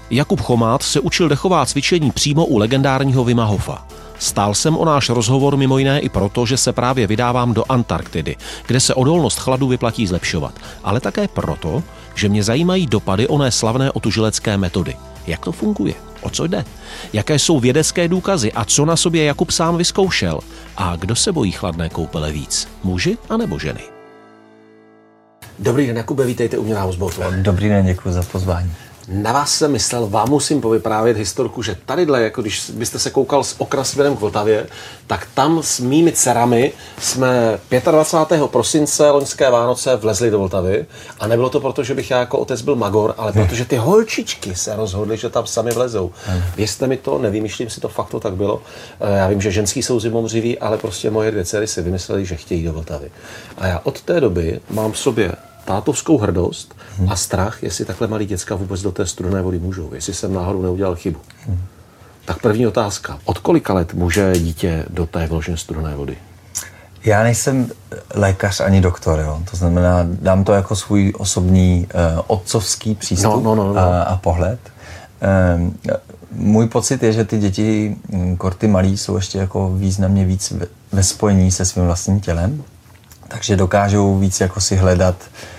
Jakub Chomát se učil dechová cvičení přímo u legendárního Wima Hofa. Stál jsem o náš rozhovor mimo jiné i proto, že se právě vydávám do Antarktidy, kde se odolnost chladu vyplatí zlepšovat, ale také proto, že mě zajímají dopady oné slavné otužilecké metody. Jak to funguje? O co jde? Jaké jsou vědecké důkazy a co na sobě Jakub sám vyzkoušel? A kdo se bojí chladné koupele víc? Muži anebo ženy? Dobrý den, Jakube, vítejte u mě na Houseboatu. Dobrý den, děkuji za pozvání. Na vás jsem myslel, vám musím povyprávět historku, že tadyhle, jako když byste se koukal z okna směrem k Vltavě, tak tam s mými dcerami jsme 25. prosince loňské Vánoce vlezli do Vltavy a nebylo to proto, že bych já jako otec byl magor, ale protože ty holčičky se rozhodly, že tam sami vlezou. Věřte mi to, nevymýšlím si to, fakt to tak bylo. Já vím, že ženský jsou zimomřiví, ale prostě moje dvě dcery si vymysleli, že chtějí do Vltavy. A já od té doby mám v sobě tátovskou hrdost a strach, jestli takhle malí děcka vůbec do té studené vody můžou, jestli jsem náhodou neudělal chybu. Tak první otázka. Od kolika let může dítě do té vložené studené vody? Já nejsem lékař ani doktor, jo. To znamená, dám to jako svůj osobní otcovský přístup a pohled. Můj pocit je, že ty děti, ty malí, jsou ještě jako významně víc ve spojení se svým vlastním tělem, takže dokážou víc jako si hledat,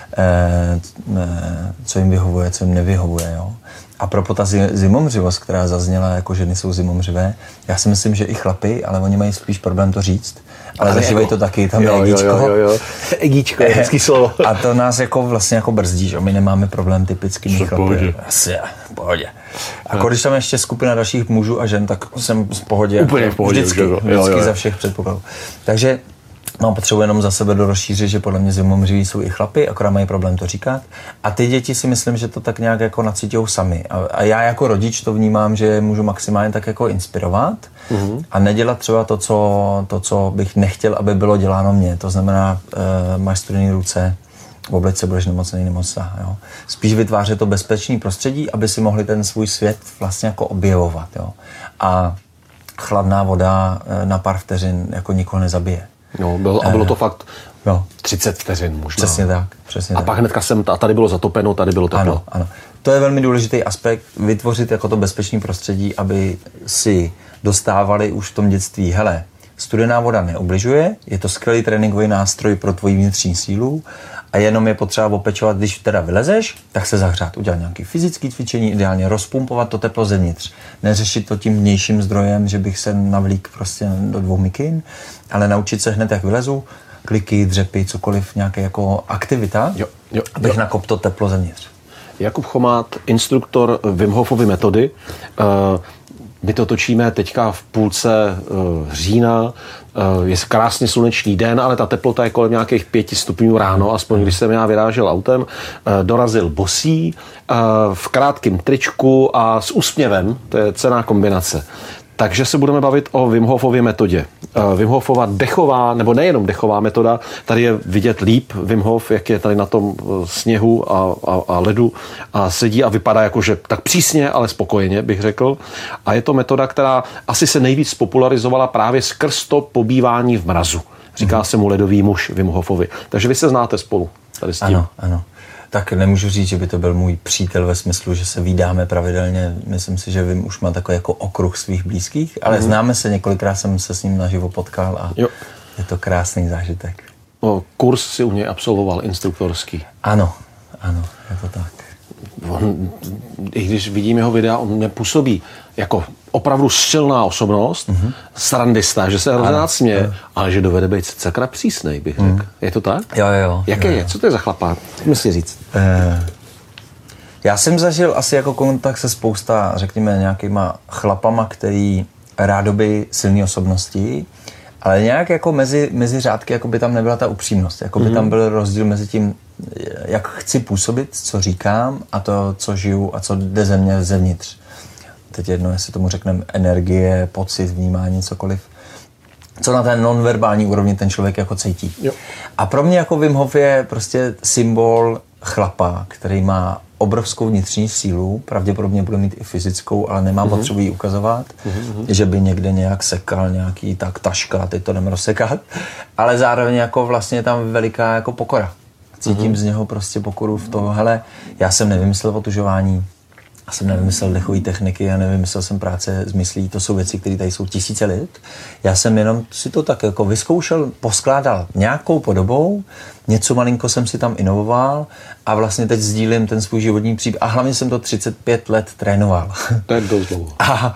co jim vyhovuje, co jim nevyhovuje. Jo? A proto ta zimomřivost, která zazněla, jako ženy jsou zimomřivé, já si myslím, že i chlapy, ale oni mají spíš problém to říct. Ale zažívají to taky, tam je egíčko. Egíčko je hezký slovo. A to nás jako vlastně jako brzdí, že my nemáme problém typicky my chlapy. Asi, v pohodě. A když tam ještě skupina dalších mužů a žen, tak jsem v pohodě. Úplně v pohodě. Vždycky za všech předpokladů. Takže potřebuji jenom za sebe rozšířit, že podle mě zimomřiví jsou i chlapy, akorát mají problém to říkat. A ty děti si myslím, že to tak nějak jako nacítějou sami. A já jako rodič to vnímám, že můžu maximálně tak jako inspirovat a nedělat třeba to, co bych nechtěl, aby bylo děláno mně. To znamená, máš studené ruce, v obličce budeš nemocná. Jo. Spíš vytvářet to bezpečné prostředí, aby si mohli ten svůj svět vlastně jako objevovat. Jo. A chladná voda na pár vteřin jako nikoho nezabije. No, bylo to fakt 30 vteřin možná. Přesně tak. A pak hnedka tady bylo zatopeno, tady bylo teplo. Ano. To je velmi důležitý aspekt, vytvořit jako to bezpečné prostředí, aby si dostávali už v tom dětství, hele, studená voda neubližuje, je to skvělý tréninkový nástroj pro tvoji vnitřní sílu a jenom je potřeba opečovat, když teda vylezeš, tak se zahřát, udělat nějaké fyzické cvičení, ideálně rozpumpovat to teplo zevnitř. Neřešit to tím vnějším zdrojem, že bych se navlík prostě do 2 mikin, ale naučit se hned, jak vylezu, kliky, dřepy, cokoliv, nějaké jako aktivita, abych nakop to teplo zevnitř. Jakub Chomát, instruktor Wim Hofovy metody. My to točíme teďka v půlce října, je krásně slunečný den, ale ta teplota je kolem nějakých 5 stupňů ráno, aspoň když jsem já vyrážel autem, dorazil bosý, v krátkém tričku a s úsměvem, to je cenná kombinace. Takže se budeme bavit o Wim Hofově metodě. Wim Hofova dechová, nebo nejenom dechová metoda, tady je vidět líp Wim Hof, jak je tady na tom sněhu a ledu a sedí a vypadá jakože tak přísně, ale spokojeně, bych řekl. A je to metoda, která asi se nejvíc popularizovala právě skrz to pobývání v mrazu. Říká se mu ledový muž Wim Hofovi. Takže vy se znáte spolu tady s tím. Ano. Tak nemůžu říct, že by to byl můj přítel ve smyslu, že se vídáme pravidelně. Myslím si, že Vím už má takový jako okruh svých blízkých, ale známe se, několikrát jsem se s ním naživo potkal a je to krásný zážitek. Kurz si u něj absolvoval, instruktorský. Ano, je to tak. I když vidím jeho videa, on mě působí jako opravdu silná osobnost, srandista, že se hrozně směje, ale že dovede být sakra přísnej, bych řekl. Je to tak? Jo. Jaké je? Co to je za chlapák? Musím říct. Já jsem zažil asi jako kontakt se spousta, řekněme, nějakýma chlapama, který rádoby silné osobnosti, ale nějak jako mezi řádky jako by tam nebyla ta upřímnost. Jako by tam byl rozdíl mezi tím, jak chci působit, co říkám a to, co žiju a co jde ze mě zevnitř. Teď jedno, jestli tomu řekneme energie, pocit, vnímání, cokoliv. Co na té nonverbální úrovni ten člověk jako cítí. Jo. A pro mě jako Wim Hof je prostě symbol chlapa, který má obrovskou vnitřní sílu, pravděpodobně bude mít i fyzickou, ale nemá potřebu ji ukazovat, že by někde nějak sekal nějaký tak taška, teď to jdeme rozsekat, ale zároveň jako vlastně tam veliká jako pokora. Cítím z něho prostě pokoru v toho, hele, já jsem nevymyslel otužování, A jsem nevymyslel dechové techniky a nevymyslel jsem práce s myslí. To jsou věci, které tady jsou tisíce let. Já jsem jenom si to tak jako vyzkoušel, poskládal nějakou podobou, něco malinko jsem si tam inovoval a vlastně teď sdílím ten svůj životní příběh. A hlavně jsem to 35 let trénoval. To je dost dlouho.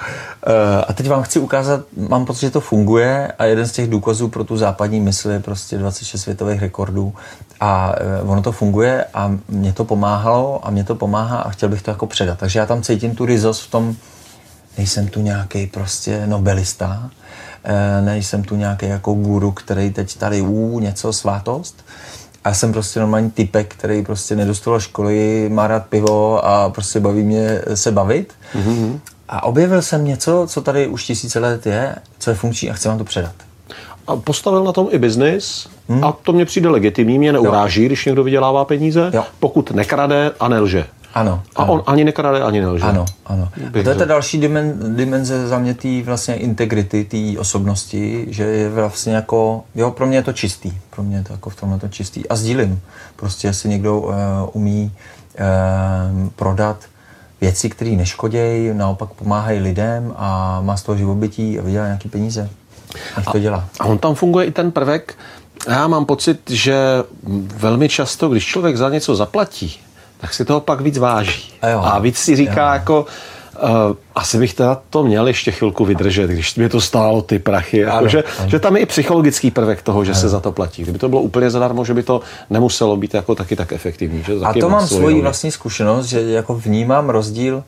A teď vám chci ukázat, mám pocit, že to funguje a jeden z těch důkazů pro tu západní mysl je prostě 26 světových rekordů a ono to funguje a mě to pomáhalo a mě to pomáhá a chtěl bych to jako předat. Takže já tam cítím tu ryzost v tom, nejsem tu nějaký prostě nobelista, nejsem tu nějaký jako guru, který teď tady něco svátost. A jsem prostě normální typek, který prostě nedostal školy, má rád pivo a prostě baví mě se bavit. Mm-hmm. A objevil jsem něco, co tady už tisíce let je, co je funkční a chci vám to předat. A postavil na tom i biznis a to mně přijde legitimní, mě neuráží, když někdo vydělává peníze, pokud nekrade a nelže. Ano. A on ani nekrade, ani nelže. Ano. A to je ta další dimenze za mě té vlastně integrity, té osobnosti, že je vlastně jako, pro mě je to čistý. Pro mě je to jako v tomhle to čistý. A sdílím. Prostě jestli někdo umí prodat věci, které neškodějí, naopak pomáhají lidem a má z toho živobytí a vydělá nějaký peníze. Ať to dělá. A on tam funguje i ten prvek. Já mám pocit, že velmi často, když člověk za něco zaplatí, tak si toho pak víc váží. A víc si říká jako, asi bych teda to měl ještě chvilku vydržet, když mě to stálo ty prachy. Jako, že tam je i psychologický prvek toho, že se za to platí. Kdyby to bylo úplně zadarmo, že by to nemuselo být jako taky tak efektivní. Že? A to mám svoji vlastní zkušenost, že jako vnímám rozdíl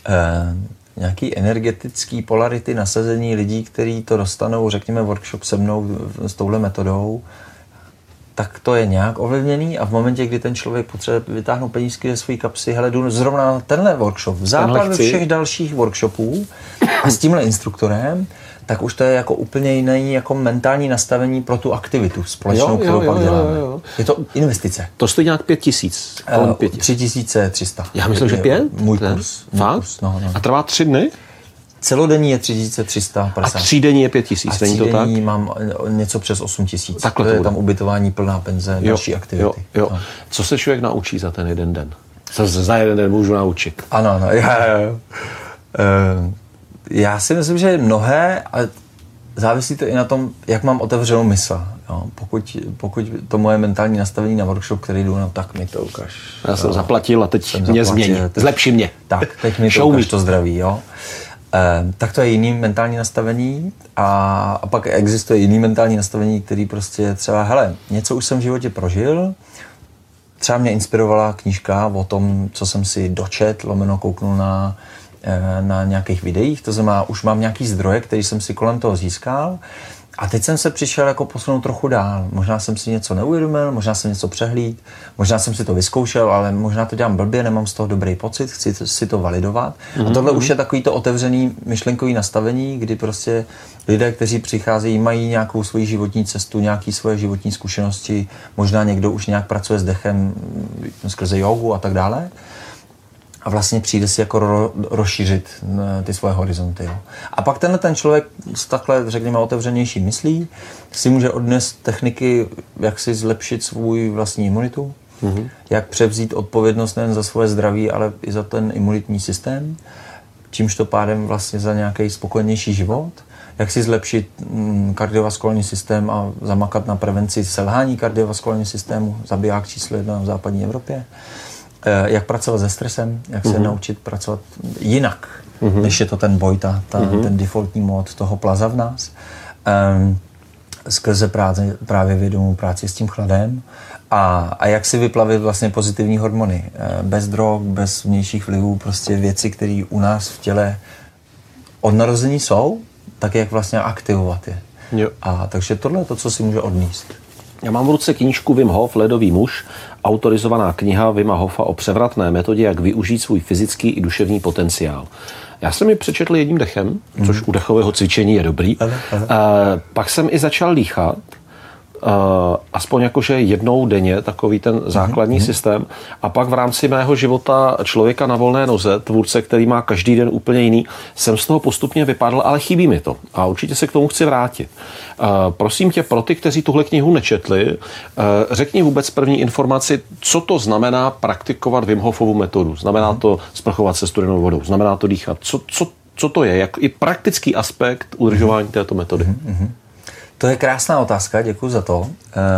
nějaký energetický polarity nasazení lidí, kteří to dostanou, řekněme, workshop se mnou s touhle metodou, tak to je nějak ovlivněný a v momentě, kdy ten člověk potřebuje vytáhnout penízky ze své kapsy, hele, jdu zrovna na tenhle workshop, v základu všech dalších workshopů a s tímhle instruktorem, tak už to je jako úplně jiné jako mentální nastavení pro tu aktivitu společnou, kterou pak děláme. Je to investice. To stojí nějak 5 000. 3300. Já myslím, že 5? Můj kurz. No. A trvá 3 dny? Celodenní je 3350. A 3denní je 5 000, není to tak? A 3denní mám něco přes 8 000. Takhle to je tam ubytování, plná penze, další aktivity. Jo. Co se člověk naučí za ten jeden den? Co se za jeden den můžu naučit? Ano. Já si myslím, že mnohé, ale závisí to i na tom, jak mám otevřenou mysl. Jo. Pokud to moje mentální nastavení na workshop, který jdu, no tak mi to ukaž. Já jsem zaplatil a teď mě změní. Zlepší mě. Tak, teď mi to ukaž to zdraví. Jo. Tak to je jiný mentální nastavení a pak existuje jiný mentální nastavení, který prostě třeba, hele, něco už jsem v životě prožil, třeba mě inspirovala knížka o tom, co jsem si dočetl, kouknul na nějakých videích, to znamená, už mám nějaký zdroje, který jsem si kolem toho získal a teď jsem se přišel jako posunout trochu dál. Možná jsem si něco neuvědomil, možná jsem něco přehlíd, možná jsem si to vyzkoušel, ale možná to dělám blbě, nemám z toho dobrý pocit, chci si to validovat. A tohle už je takový to otevřený myšlenkový nastavení, kdy prostě lidé, kteří přicházejí, mají nějakou svoji životní cestu, nějaké svoje životní zkušenosti, možná někdo už nějak pracuje s dechem skrze jogu a tak dále. A vlastně přijde si jako rozšířit ty svoje horizonty. Jo. A pak ten člověk s takhle, řekněme, otevřenější myslí si může odnést techniky, jak si zlepšit svůj vlastní imunitu, jak převzít odpovědnost nejen za svoje zdraví, ale i za ten imunitní systém, čímž to pádem vlastně za nějaký spokojenější život, jak si zlepšit kardiovaskulární systém a zamakat na prevenci selhání kardiovaskulárního systému, zabiják číslo 1 v západní Evropě. Jak pracovat se stresem, jak se naučit pracovat jinak, než je to ten boj, ten defaultní mód toho plaza v nás. Skrze právě vědomou práci s tím chladem a jak si vyplavit vlastně pozitivní hormony. Bez drog, bez vnějších vlivů, prostě věci, které u nás v těle od narození jsou, tak jak vlastně aktivovat je. Jo. A takže tohle je to, co si může odníst. Já mám v ruce knížku Wim Hof, Ledový muž, autorizovaná kniha Wima Hofa o převratné metodě, jak využít svůj fyzický i duševní potenciál. Já jsem ji přečetl jedním dechem, což u dechového cvičení je dobrý. Pak jsem i začal dýchat aspoň jakože jednou denně, takový ten základní systém. A pak v rámci mého života člověka na volné noze, tvůrce, který má každý den úplně jiný, jsem z toho postupně vypadl, ale chybí mi to. A určitě se k tomu chci vrátit. Prosím tě, pro ty, kteří tuhle knihu nečetli, řekni vůbec první informaci, co to znamená praktikovat Wim Hofovu metodu. Znamená to sprchovat se studenou vodou, znamená to dýchat. Co to je? Jak i praktický aspekt udržování této metody? To je krásná otázka, děkuji za to.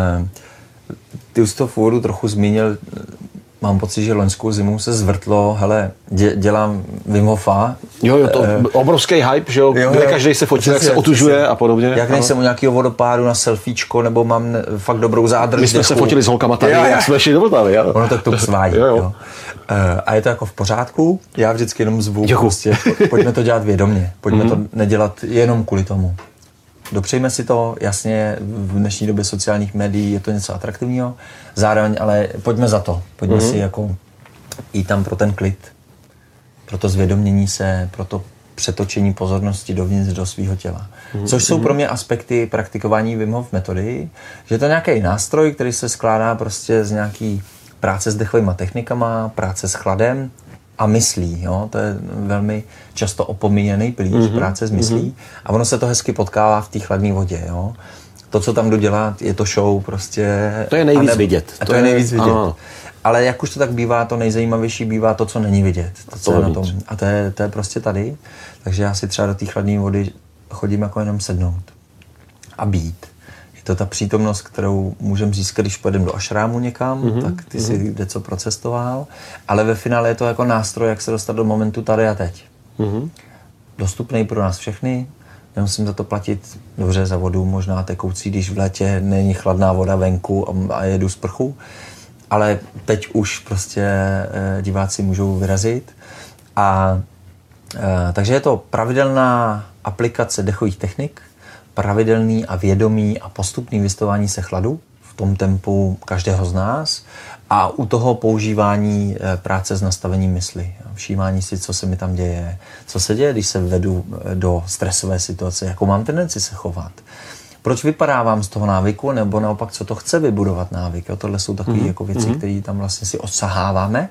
Ty už to v úvodu trochu zmínil, mám pocit, že loňskou zimu se zvrtlo, hele, dělám Wim Hofa. Jo, to obrovský hype, že jo, kde každý se fotí, jak se otužuje a podobně. Jak nejsem u nějakého vodopádu na selfiečko, nebo mám fakt dobrou zádrž. My jsme se fotili s holkama tady, jak jsme šli do Vltavy. Ono tak to svádí. Jo. A je to jako v pořádku, já vždycky jenom zvu, prostě, pojďme to dělat vědomě, pojďme to nedělat jenom kvůli tomu. Dopřejme si to, jasně, v dnešní době sociálních médií je to něco atraktivního, zároveň, ale pojďme za to. Pojďme si jako jít tam pro ten klid, pro to zvědomění se, pro to přetočení pozornosti dovnitř do svého těla. Což jsou pro mě aspekty praktikování Wim Hof metody, že to je nějaký nástroj, který se skládá prostě z nějaký práce s dechovými technikama, práce s chladem a myslí. Jo? To je velmi často opomíjený pilíř, práce s myslí. A ono se to hezky potkává v té chladné vodě. Jo? To, co tam jdu dělat, je to show prostě. To je nejvíc vidět. To je nejvíc vidět. Ale jak už to tak bývá, to nejzajímavější bývá to, co není vidět. To, co je na tom. A to je prostě tady. Takže já si třeba do té chladné vody chodím jako jenom sednout a být. Je to ta přítomnost, kterou můžeme získat, když pojedeme do ašrámu někam, tak ty si kde co procestoval. Ale ve finále je to jako nástroj, jak se dostat do momentu tady a teď. Dostupný pro nás všechny. Nemusím za to platit dobře za vodu, možná tekoucí, když v létě není chladná voda venku a jedu z prchu. Ale teď už prostě diváci můžou vyrazit. Takže je to pravidelná aplikace dechových technik, pravidelný a vědomý a postupný vystavování se chladu v tom tempu každého z nás a u toho používání práce s nastavením mysli. Všímání si, co se mi tam děje, co se děje, když se vedu do stresové situace, jakou mám tendenci se chovat. Proč vypadávám z toho návyku, nebo naopak, co to chce vybudovat návyk. Jo? Tohle jsou takové jako věci, které tam vlastně si odsaháváme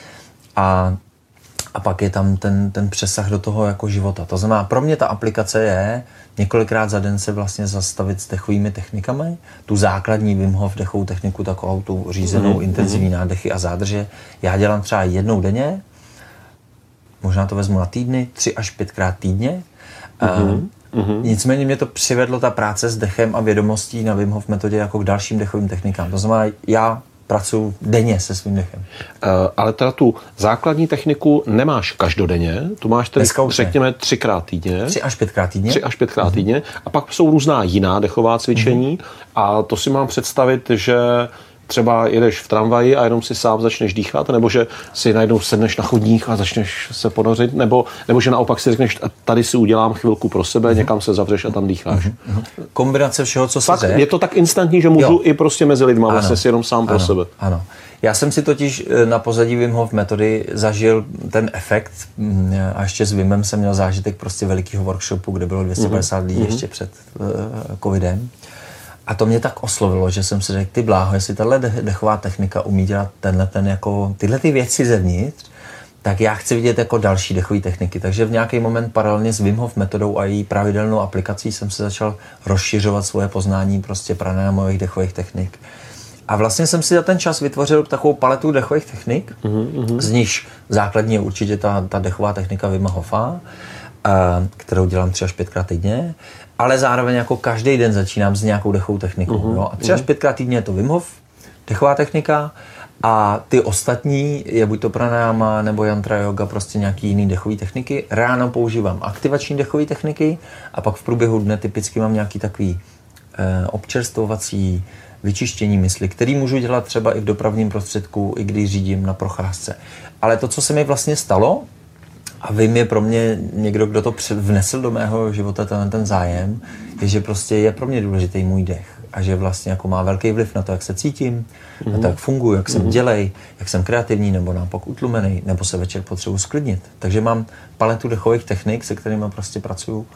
a pak je tam ten přesah do toho jako života. To znamená, pro mě ta aplikace je několikrát za den se vlastně zastavit s dechovými technikami. Tu základní Wim Hof dechovou techniku, takovou tu řízenou intenzivní nádechy a zádrže. Já dělám třeba jednou denně, možná to vezmu na týdny, 3 až 5krát týdně. Nicméně mě to přivedlo ta práce s dechem a vědomostí na Wim Hof metodě jako k dalším dechovým technikám. To znamená, já pracuji denně se svým dechem. Ale teda tu základní techniku nemáš každodenně, tu máš tedy, řekněme, 3krát týdně. 3 až 5krát týdně. 3 až 5krát týdně. A pak jsou různá jiná dechová cvičení a to si mám představit, že třeba jedeš v tramvaji a jenom si sám začneš dýchat, nebo že si najednou sedneš na chodník a začneš se ponořit, nebo že naopak si řekneš, tady si udělám chvilku pro sebe, někam se zavřeš a tam dýcháš. Kombinace všeho, co se děje. Je to tak instantní, že můžu i prostě mezi lidma, vlastně si jenom sám pro sebe. Ano. Já jsem si totiž na pozadí Wim Hof metody zažil ten efekt a ještě s Wimem jsem měl zážitek prostě velikého workshopu, kde bylo 250 lidí ještě před covidem. A to mě tak oslovilo, že jsem si řekl, ty bláho, jestli tahle dechová technika umí dělat tyhle ty věci zevnitř, tak já chci vidět jako další dechové techniky. Takže v nějaký moment paralelně s Wim Hof metodou a její pravidelnou aplikací jsem se začal rozšiřovat svoje poznání prostě pranajamových dechových technik. A vlastně jsem si za ten čas vytvořil takovou paletu dechových technik, z nichž základní je určitě ta dechová technika Wima Hofa, kterou dělám 3 až 5krát týdně, ale zároveň jako každý den začínám s nějakou dechovou technikou. Jo? A 3 až 5krát týdně je to Wim Hof, dechová technika, a ty ostatní je buď to pranayama nebo yantra yoga, prostě nějaký jiný dechový techniky. Ráno používám aktivační dechové techniky a pak v průběhu dne typicky mám nějaký takový občerstvovací vyčištění mysli, který můžu dělat třeba i v dopravním prostředku, i když řídím na procházce. Ale to, co se mi vlastně stalo, a Wim je pro mě někdo, kdo to vnesl do mého života, ten zájem, je, že prostě je pro mě důležitý můj dech a že vlastně jako má velký vliv na to, jak se cítím, na to, jak funguji, jak jsem dělej, jak jsem kreativní nebo naopak utlumený, nebo se večer potřebuji sklidnit. Takže mám paletu dechových technik, se kterými prostě pracuju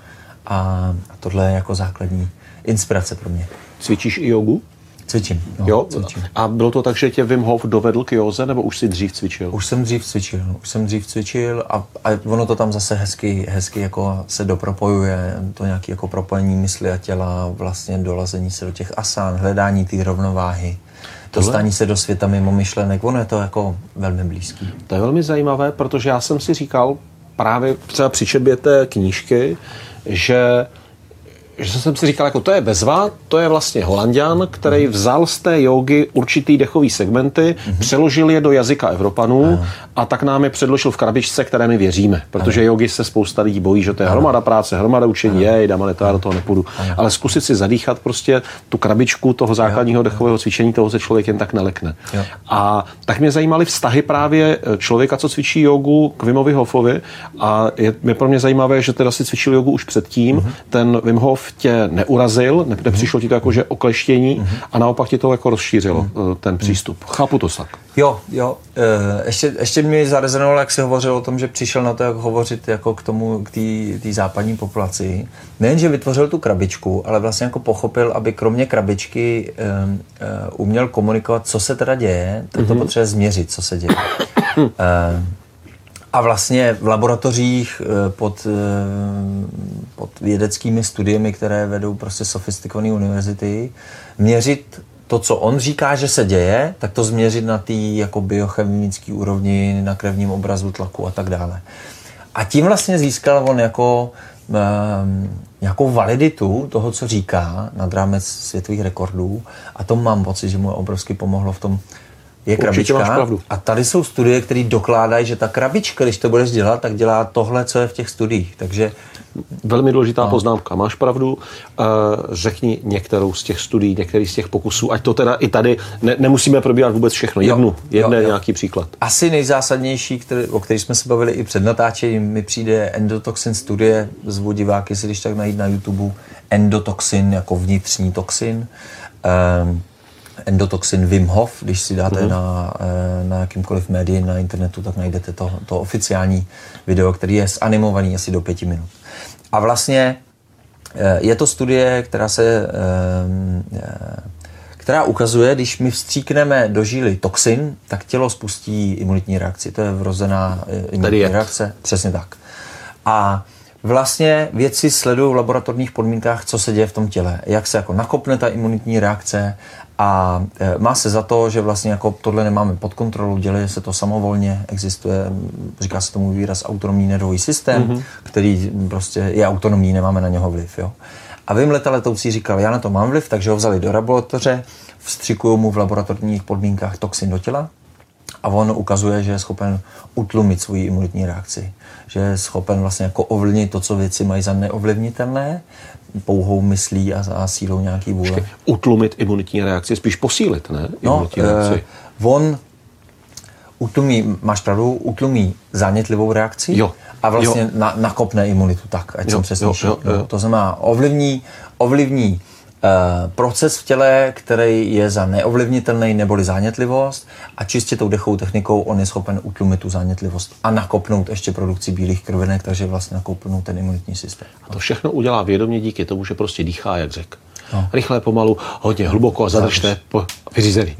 A tohle je jako základní inspirace pro mě. Cvičíš i jogu? Cvičím. No, Jo? cvičím. A bylo to tak, že tě Wim Hof dovedl k józe, nebo už jsi dřív cvičil? Už jsem dřív cvičil a ono to tam zase hezky jako se dopropojuje, to nějaké jako propojení mysli a těla, vlastně dolazení se do těch asán, hledání té rovnováhy, dostání se do světa mimo myšlenek, ono je to jako velmi blízký. To je velmi zajímavé, protože já jsem si říkal právě třeba při četbě té knížky, že jsem si říkal, jako to je bezva, to je vlastně Holanďan, který vzal z té jógy určitý dechový segmenty, přeložil je do jazyka Evropanů a tak nám je předložil v krabičce, které my věříme. Protože jógy se spousta lidí bojí, že to je hromada práce, hromada učení, dáme to, já do toho nepůjdu. Ale zkusit si zadýchat prostě tu krabičku toho základního dechového cvičení, toho se člověk jen tak nelekne. A tak mě zajímaly vztahy právě člověka, co cvičí jógu, k Wimovi Hofovi a je pro mě zajímavé, že teda si cvičil jógu už předtím, ten Wim Hof tě neurazil, nepřišlo ti to jako, že okleštění a naopak ti to jako rozšířilo ten přístup. Chápu to tak. Jo. Ještě mi zarezonovalo, jak jsi hovořil o tom, že přišel na to, jak hovořit jako k tomu, k té západní populaci. Nejen, že vytvořil tu krabičku, ale vlastně jako pochopil, aby kromě krabičky uměl komunikovat, co se teda děje, tak to potřebuje změřit, co se děje. A vlastně v laboratořích pod vědeckými studiemi, které vedou prostě sofistikované univerzity, měřit to, co on říká, že se děje, tak to změřit na té jako biochemické úrovni, na krevním obrazu tlaku a tak dále. A tím vlastně získal on jako nějakou validitu toho, co říká nad rámec světových rekordů a to mám pocit, že mu obrovsky pomohlo v tom. Je krabička a tady jsou studie, které dokládají, že ta krabička, když to budeš dělat, tak dělá tohle, co je v těch studiích. Takže velmi důležitá poznámka. Máš pravdu. Řekni některou z těch studií, některý z těch pokusů, ať to teda i tady nemusíme probírat vůbec všechno. Jeden nějaký příklad. Asi nejzásadnější, o který jsme se bavili i před natáčením, mi přijde endotoxin studie. Zvu diváky si když tak najít na YouTube endotoxin jako vnitřní toxin. Endotoxin Wim Hof, když si dáte na jakýmkoliv médii na internetu, tak najdete to oficiální video, který je zanimovaný asi do 5 minut. A vlastně je to studie, která ukazuje, když my vstříkneme do žíly toxin, tak tělo spustí imunitní reakci. To je vrozená imunitní reakce. Přesně tak. A vlastně vědci sledují v laboratorních podmínkách, co se děje v tom těle, jak se jako nakopne ta imunitní reakce a má se za to, že vlastně jako tohle nemáme pod kontrolou, děje se to samovolně, existuje, říká se tomu výraz autonomní nervový systém, který prostě je autonomní, nemáme na něho vliv. Jo? A Wim letoucí říkal, já na to mám vliv, takže ho vzali do laboratoře, vstřikují mu v laboratorních podmínkách toxin do těla a on ukazuje, že je schopen utlumit svoji imunitní reakci. Že je schopen vlastně jako ovlivnit to, co věci mají za neovlivnitelné, pouhou myslí a sílou nějaký vůle. Utlumit imunitní reakci, spíš posílit, ne? Imunitní reakci. On utlumí, máš pravdu, utlumí zánětlivou reakci a vlastně nakopne imunitu tak, ať jsem přesnější. To znamená ovlivní proces v těle, který je za neovlivnitelný neboli zánětlivost a čistě tou dechovou technikou on je schopen utlumit tu zánětlivost a nakopnout ještě produkci bílých krvinek, takže vlastně nakopnout ten imunitní systém. A to všechno udělá vědomě díky tomu, že prostě dýchá, jak řek. Rychle, pomalu, hodně hluboko a zadržte, vyřízený.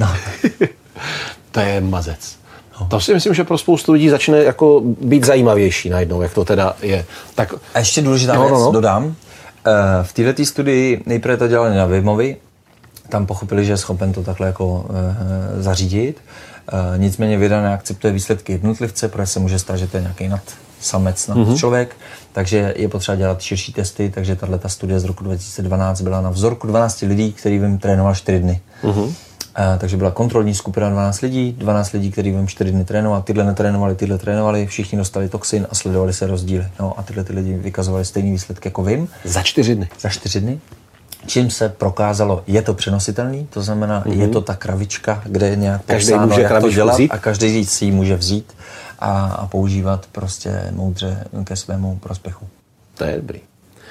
To je mazec. To si myslím, že pro spoustu lidí začne jako být zajímavější najednou, jak to teda je. Tak... A ještě důležitá věc, dodám. V této studii nejprve to dělali na Wimovi, tam pochopili, že je schopen to takhle jako zařídit. Nicméně věda neakceptuje výsledky jednotlivce, protože se může stát, že to je nějaký samec člověk, takže je potřeba dělat širší testy, takže tato studie z roku 2012 byla na vzorku 12 lidí, který Wim trénoval 4 dny. Takže byla kontrolní skupina 12 lidí, který Wim 4 dny trénoval, tyhle netrénovali, všichni dostali toxin a sledovali se rozdíly. A tyhle lidi vykazovali stejný výsledky jako Wim. Za 4 dny. Za 4 dny. Čím se prokázalo, je to přenositelný, to znamená, je to ta kravička, kde je nějak popsáno, jak to dělat a každý si ji může vzít a používat prostě moudře ke svému prospěchu. To je dobrý.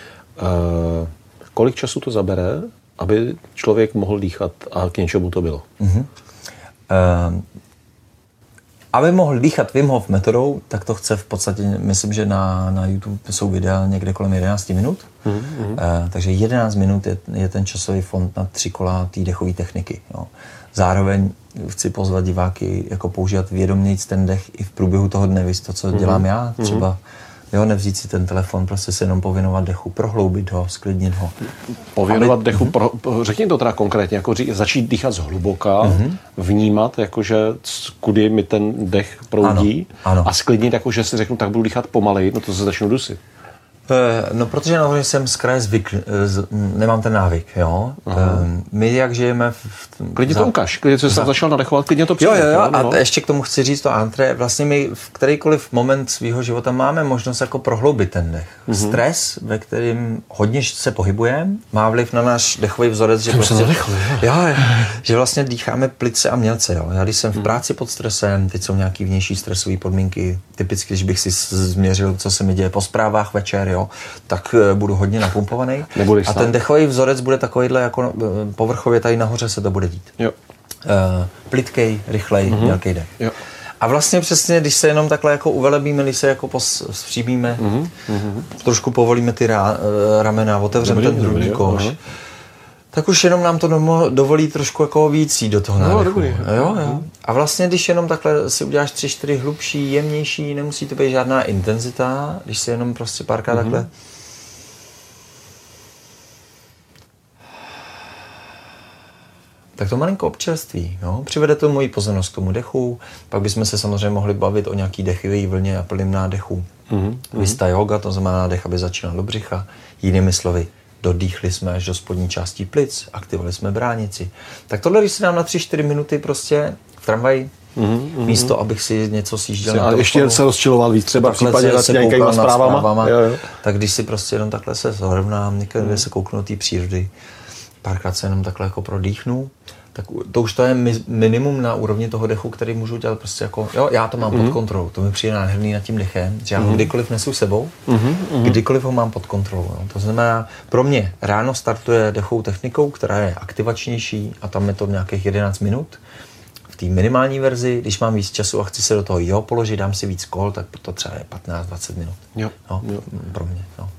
Kolik času to zabere, aby člověk mohl dýchat a k něčemu to bylo? Aby mohl dýchat Wim Hof metodou, tak to chce v podstatě, myslím, že na YouTube jsou videa někde kolem 11 minut. Takže 11 minut je ten časový fond na 3 kola té dechové techniky. Jo. Zároveň chci pozvat diváky jako používat vědomějc ten dech i v průběhu toho dne, víš to, co dělám já, třeba jo, nevzít si ten telefon, prostě se jenom pověnovat dechu, prohloubit ho, sklidnit ho. Pověnovat dechu, řekni to teda konkrétně, jako začít dýchat zhluboka, vnímat, jakože kudy mi ten dech proudí ano. A sklidnit, jakože si řeknu, tak budu dýchat pomaleji, no to se začnu dusit. No, protože nahoře jsem z kraje nemám ten návyk, jo. My jak žijeme klidně to ukáž, klidně co jsi tam začal nadechovat, klidně to přijde. Jo. A ještě k tomu chci říct to antré, vlastně my v kterýkoliv moment svého života máme možnost jako prohloubit ten dech. Stres, ve kterým hodně se pohybujeme, má vliv na náš dechový vzorec, že prostě, že vlastně dýcháme plice a mělce, jo. Já když jsem v práci pod stresem, teď jsou nějaký vnější stresové podmínky, typicky, když bych si změřil, co se mi děje po zprávách večer, jo, tak budu hodně napumpovaný. A ten dechový vzorec bude takovýhle jako povrchově tady nahoře se to bude dít. Jo. Plitkej, rychlej, mělkej dech. Jo. A vlastně přesně, když se jenom takhle jako uvelebíme, když se jako vzpřímíme, trošku povolíme ty ramena, otevřeme ten hrudní koš, tak už jenom nám to dovolí trošku jako víc jít do toho nádechu. Jo. A vlastně, když jenom takhle si uděláš 3-4 hlubší, jemnější, nemusí to být žádná intenzita, když si jenom prostě párkrát takhle tak to malinko občerství, jo? Přivede to moji pozornost k tomu dechu, pak bychom se samozřejmě mohli bavit o nějaký dechové vlně a plným nádechu. Vista yoga, to znamená nádech, aby začínal do břicha, jinými slovy. Dodýchli jsme až do spodní části plic, aktivovali jsme bránici. Tak tohle, když si dám na 3-4 minuty prostě v tramvaji, místo, abych si něco sjížděl. A ještě se rozčiloval víc, třeba v případě nad nějakýma zprávama. Jo. Tak když si prostě jenom takhle se zrovnám, někde se kouknu do té přírody, párkrát se jenom takhle jako prodýchnu, tak to už to je minimum na úrovni toho dechu, který můžu dělat prostě jako, jo, já to mám pod kontrolou, to mi přijde nádherný nad tím dechem, že já ho kdykoliv nesu sebou, kdykoliv ho mám pod kontrolou. Jo. To znamená, pro mě ráno startuje dechovou technikou, která je aktivačnější a tam je to nějakých 11 minut. V té minimální verzi, když mám víc času a chci se do toho položit, dám si víc kol, tak to třeba je 15-20 minut. Jo. Pro mě. Jo.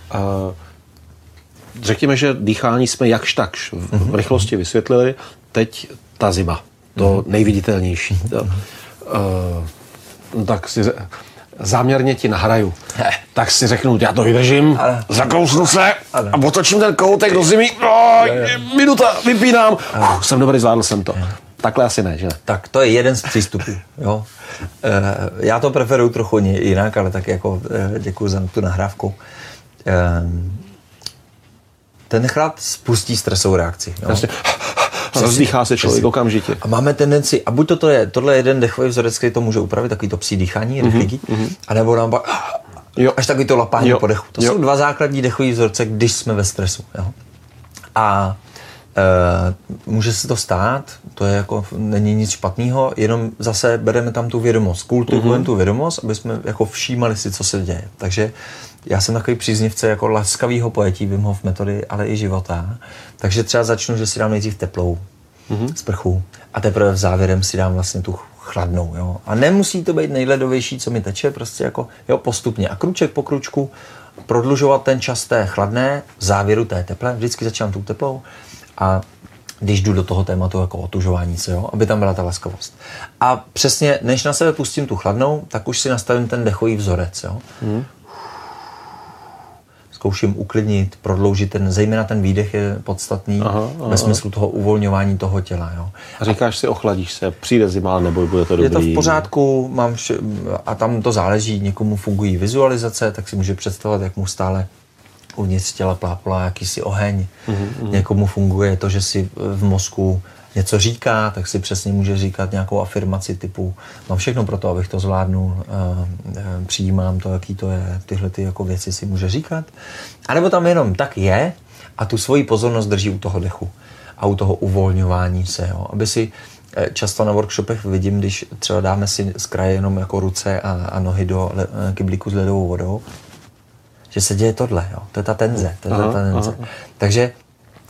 Řekněme, že dýchání jsme jakž takž v rychlosti vysvětlili. Teď ta zima, to nejviditelnější. Tak si záměrně ti nahraju. Tak si řeknu, já to vydržím, zakousnu se a otočím ten kohoutek do zimy. Minuta, vypínám. Jsem dobrý, zvládl jsem to. Takhle asi ne, že ne? Tak to je jeden z přístupů. Jo. Já to preferuju trochu jinak, ale tak jako děkuji za tu nahrávku. Ten chlad spustí stresovou reakci. Vlastně rozdýchá se člověk okamžitě. A máme tendenci, a buď tohle je jeden dechový vzorec, který to může upravit, takový to psí dýchání, rychlíky, anebo nám až takový to lapání po dechu. To jsou 2 základní dechový vzorce, když jsme ve stresu. Jo. A může se to stát, to je jako, není nic špatného, jenom zase bereme tam tu vědomost, kultivujeme tu vědomost, aby jsme jako všímali si, co se děje. Takže já jsem takový příznivce jako laskavýho pojetí Wim Hof metody, ale i života. Takže třeba začnu, že si dám nejdřív teplou sprchu a teprve v závěrem si dám vlastně tu chladnou. Jo. A nemusí to být nejledovější, co mi teče, prostě jako postupně. A kruček po kručku prodlužovat ten čas té chladné, v závěru té teplé. Vždycky začínám tou teplou a když jdu do toho tématu jako otužování se, jo, aby tam byla ta laskavost. A přesně, než na sebe pustím tu chladnou, tak už si nastavím ten dechový vzorec. Jo. Zkouším uklidnit, prodloužit zejména ten výdech je podstatný ve smyslu toho uvolňování toho těla. Jo. A říkáš si, ochladíš se, přijde zima, nebo bude to dobrý? Je to v pořádku, a tam to záleží, někomu fungují vizualizace, tak si může představovat, jak mu stále uvnitř těla plápolá jakýsi oheň. Někomu funguje to, že si v mozku něco říká, tak si přesně může říkat nějakou afirmaci typu mám všechno pro to, abych to zvládnul, přijímám to, jaký to je, tyhle ty jako věci si může říkat. A nebo tam jenom tak je a tu svoji pozornost drží u toho dechu a u toho uvolňování se. Jo. Aby si často na workshopech vidím, když třeba dáme si z kraje jenom jako ruce a nohy do kyblíku s ledovou vodou, že se děje tohle. Jo. To je ta tenze. Takže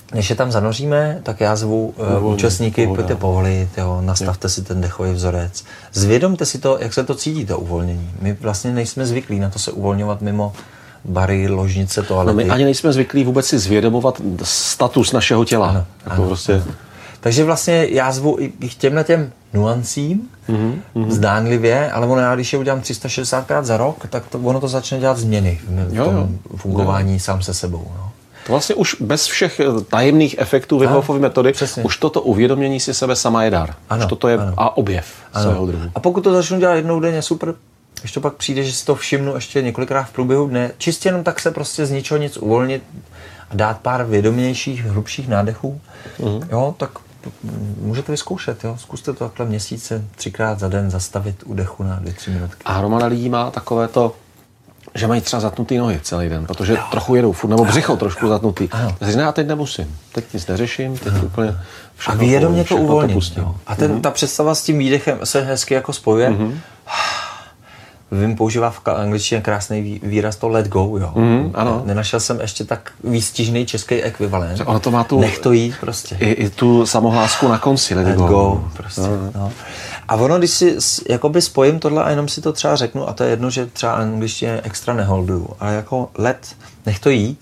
než je tam zanoříme, tak já zvu účastníky, pojďte povolit, jo, nastavte si ten dechový vzorec. Zvědomte si to, jak se to cítí, to uvolnění. My vlastně nejsme zvyklí na to se uvolňovat mimo bary, ložnice, toalety. No my ani nejsme zvyklí vůbec si zvědomovat status našeho těla. Ano, jako prostě... Takže vlastně já zvu i k těm nuancím, zdánlivě, ale ono já, když je udělám 360krát za rok, tak ono to začne dělat změny v tom fungování sám se sebou. No. To vlastně už bez všech tajemných efektů Wim Hofovy metody, přesně. Už toto uvědomění si sebe sama je dar. Už toto je a objev svého druhu. A pokud to začnu dělat jednou denně, super. Když to pak přijde, že si to všimnu ještě několikrát v průběhu dne, čistě jenom tak se prostě z ničeho nic uvolnit a dát pár vědomějších, hrubších nádechů, jo, tak můžete vyzkoušet, jo. Zkuste to takhle měsíce, 3krát za den zastavit u dechu na 2-3 minutky. A hromada lidí má takové to, že mají třeba zatnutý nohy celý den, protože trochu jedou furt, nebo břicho trošku zatnutý. Takže ne, já teď nemusím, teď nic neřeším, teď úplně všechno. A vědomě to uvolnit. A ta představa s tím výdechem se hezky jako spojuje. Vím, používá v angličtině krásný výraz to let go, jo. Ano. Nenašel jsem ještě tak výstižný český ekvivalent. Ono to má tu, nech to jít prostě. I tu samohlásku na konci, let go prostě. No. A ono, když si jakoby spojím tohle a jenom si to třeba řeknu, a to je jedno, že třeba angličtině extra neholduju, ale jako nech to jít.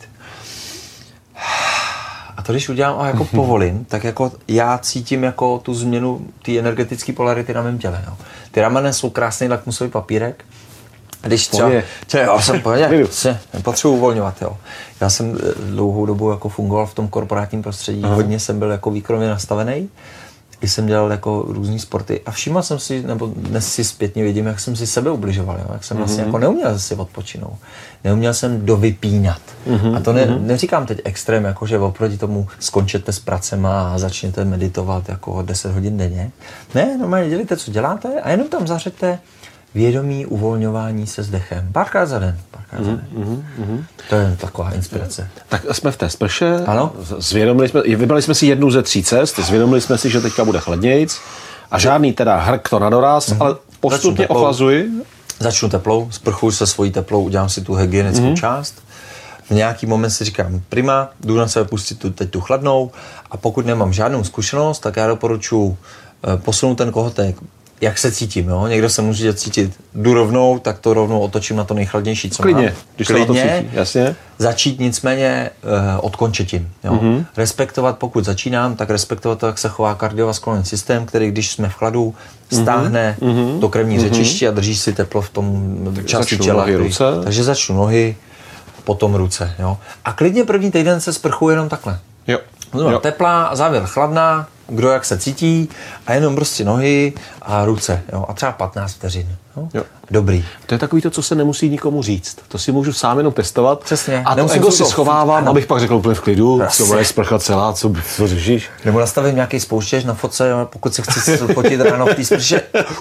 A to, když udělám a jako povolím, tak jako já cítím jako tu změnu té energetické polarity na mém těle. Jo. Ty ramena jsou krásný lakmusový papírek. Když třeba... Já jsem nepotřebuji uvolňovat. Jo. Já jsem dlouhou dobu jako fungoval v tom korporátním prostředí. Hodně jsem byl jako výkrovně nastavený. I jsem dělal jako různý sporty a všiml jsem si, nebo dnes si zpětně vidím, jak jsem si sebe ubližoval, jo? Jak jsem vlastně jako neuměl si odpočinout. Neuměl jsem dovypínat. A to neříkám teď extrém, jako že oproti tomu skončete s pracema a začněte meditovat jako 10 hodin denně. Ne, normálně dělíte, co děláte a jenom tam zařekte vědomí uvolňování se s dechem. Párkrát za den. To je taková inspirace. Tak jsme v té sprše, ano? Vybrali jsme si jednu ze 3 cest, zvědomili jsme si, že teďka bude chladnějc a žádný teda hrk to na doraz, ale postupně ochlazuji. Začnu teplou, sprchuji se svojí teplou, udělám si tu hygienickou část. V nějaký moment si říkám, prima, jdu na sebe pustit teď tu chladnou a pokud nemám žádnou zkušenost, tak já doporučuji posunout ten kohotek, jak se cítím, jo? Někdo se může cítit, jdu rovnou, tak to rovnou otočím na to nejchladnější, co mám. Když se na to cítí, jasně. Začít nicméně od končetin. Jo? Respektovat, pokud začínám, tak respektovat to, jak se chová kardiovaskulární systém, který, když jsme v chladu, stáhne to krevní řečiště a drží si teplo v tom části těla. Takže začnu nohy, potom ruce. Jo? A klidně první týden se sprchuji jenom takhle. Jo. Teplá, závěr chladná, kdo jak se cítí a jenom prostě nohy a ruce. Jo? A třeba 15 vteřin. Jo? Dobrý. To je takový to, co se nemusí nikomu říct. To si můžu sám jenom testovat. Přesně. A to ego si schovávám, abych pak řekl úplně v klidu, co bude sprcha celá, co řešíš. Nebo nastavím nějaký spouštěč na fotce, pokud se chci fotit ráno v té sprše.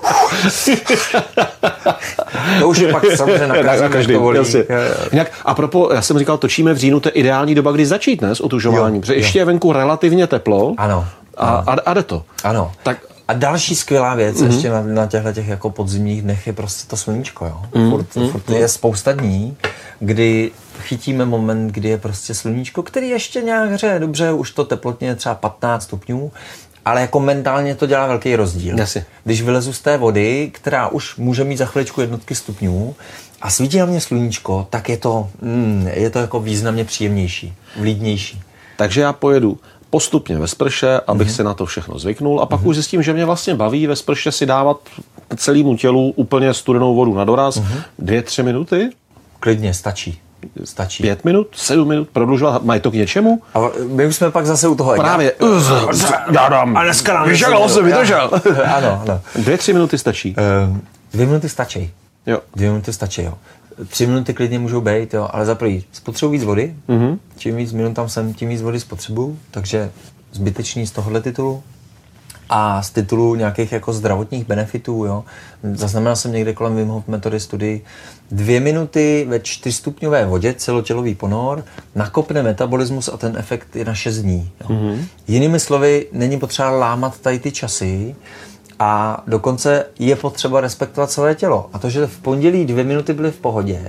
To už je pak samozřejmě na každý to volí. Jinak, apropo, já jsem říkal, točíme v říjnu, to je ideální doba, kdy začít, ne, s otužováním, protože ještě je venku relativně teplo. Ano. A jde to. Ano. Tak a další skvělá věc ještě na těchto jako podzimních dnech je prostě to sluníčko. Jo? Furt je spousta dní, kdy chytíme moment, kdy je prostě sluníčko, který ještě nějak hřeje dobře, už to teplotně je třeba 15 stupňů, ale jako mentálně to dělá velký rozdíl. Jasně. Když vylezu z té vody, která už může mít za chviličku jednotky stupňů a svítí na mě sluníčko, tak je to jako významně příjemnější, vlídnější. Takže já pojedu postupně ve sprše, abych si na to všechno zvyknul a pak už zjistím, že mě vlastně baví ve sprše si dávat celému tělu úplně studenou vodu na doraz. 2-3 minuty? Klidně, stačí. 5 minut, 7 minut, prodlužovat, mají to k něčemu? A my už jsme pak zase u toho. Právě. Já dám. A dneska nám vydržel. Ano. 2-3 minuty stačí. 2 minuty stačí. Jo. 2 minuty stačí, jo. 3 minuty klidně můžou být, jo, ale za první spotřebuji víc vody, čím víc minut tam jsem, tím víc vody spotřebuju, takže zbytečný z tohohle titulu. A z titulu nějakých jako zdravotních benefitů, jo. Zaznamenal jsem někde kolem Wim Hof metody studii 2 minuty ve 4stupňové vodě, celotělový ponor, nakopne metabolismus a ten efekt je na 6 dní. Jo. Jinými slovy, není potřeba lámat tady ty časy, a dokonce je potřeba respektovat své tělo. A to, že v pondělí 2 minuty byly v pohodě,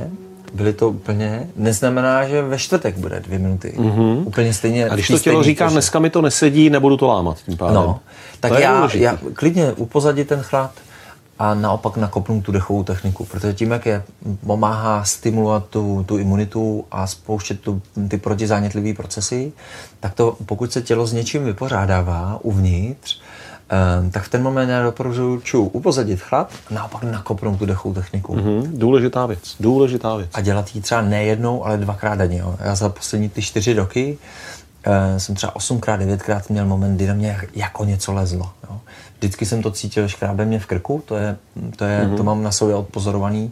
byly to úplně, neznamená, že ve čtvrtek bude 2 minuty. Úplně stejně. A když to tělo říká, dneska mi to nesedí, nebudu to lámat tím pádem. No, tak já klidně upozadit ten chlad a naopak nakopnu tu dechovou techniku, protože tím, jak je pomáhá stimulovat tu imunitu a spouštět ty protizánětlivé procesy, tak to, pokud se tělo s něčím vypořádává uvnitř, tak v ten moment já doporučuji upozadit chlad a naopak nakopnout tu dechovou techniku. Důležitá věc. A dělat ji třeba ne jednou, ale 2krát denně. Jo. Já za poslední ty 4 roky jsem třeba 8krát, 9krát měl moment, kdy na mě jako něco lezlo. Jo. Vždycky jsem to cítil, škrábe mě v krku, to mám na sobě odpozorovaný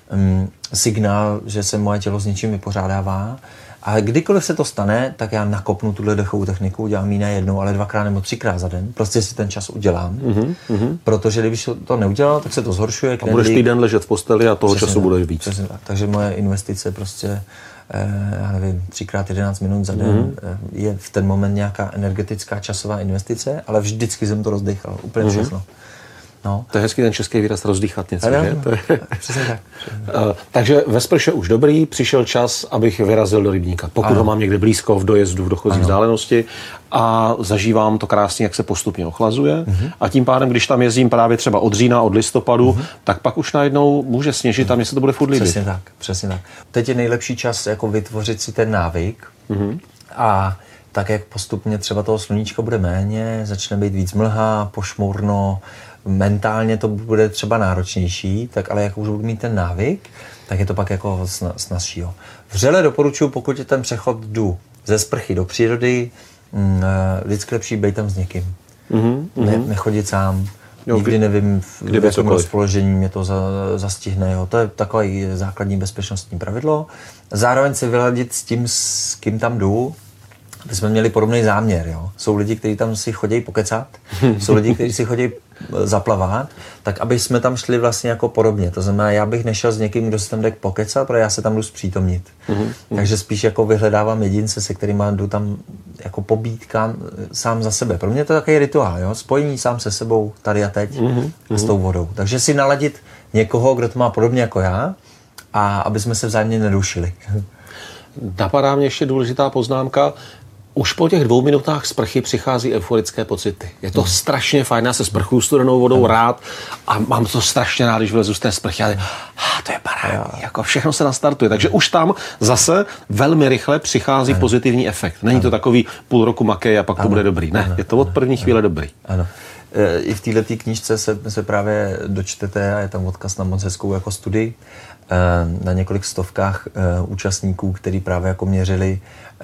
signál, že se moje tělo s něčím vypořádává. A kdykoliv se to stane, tak já nakopnu tuhle dechovou techniku, udělám ji ne jednou, ale 2krát nebo 3krát za den. Prostě si ten čas udělám. Protože když to neudělal, tak se to zhoršuje. A budeš týden ležet v posteli a toho času budeš víc. Přesně tak. Takže moje investice prostě, já nevím, 3x11 minut za den je v ten moment nějaká energetická časová investice, ale vždycky jsem to rozdechal. Úplně všechno. No. To je hezký ten český výraz rozdýchat něco, že? Přesně tak. Takže ve sprše už dobrý, přišel čas, abych vyrazil do rybníka. Pokud ho mám někde blízko, v dojezdu, v dochozí vzdálenosti a zažívám to krásně, jak se postupně ochlazuje. A tím pádem, když tam jezdím právě třeba od října, od listopadu, tak pak už najednou může sněžit a mě se to bude furt líbit. Přesně tak. Teď je nejlepší čas jako vytvořit si ten návyk a tak, jak postupně třeba toho sluníčka bude méně, začne být víc mlha, pošmourno, mentálně to bude třeba náročnější, tak ale jak už budu mít ten návyk, tak je to pak jako snazší. Vřele doporučuji, pokud je ten přechod jdu ze sprchy do přírody, vždycky lepší být tam s někým. Nechodit sám, nikdy nevím, v jakém rozpoložení mě to zastihne. Jo. To je takové základní bezpečnostní pravidlo. Zároveň si vyladit s tím, s kým tam jdu, aby jsme měli podobný záměr. Jo. Jsou lidi, kteří tam si chodí pokecat, jsou lidi, kteří si chodí zaplavat, tak aby jsme tam šli vlastně jako podobně. To znamená, já bych nešel s někým, kdo se tam jde pokecat, protože já se tam jdu zpřítomnit. Takže spíš jako vyhledávám jedince, se kterými jdu tam jako pobídkám sám za sebe. Pro mě je to takový rituál, jo? Spojení sám se sebou tady a teď s tou vodou. Takže si naladit někoho, kdo to má podobně jako já a aby jsme se vzájemně nedušili. Napadá mě ještě důležitá poznámka. Už po těch 2 minutách sprchy přichází euforické pocity. Je to strašně fajn, já se sprchuju studenou vodou rád a mám to strašně rád, když vylezu z té sprchy. Ale to je parádní, jako všechno se nastartuje. Takže už tam zase velmi rychle přichází pozitivní efekt. Není to takový půl roku makej a pak to bude dobrý. Ne, je to od první chvíle dobrý. Ano. I v této knížce se právě dočtete a je tam odkaz na moc hezkou jako studii na několik stovkách účastníků, který právě jako měřili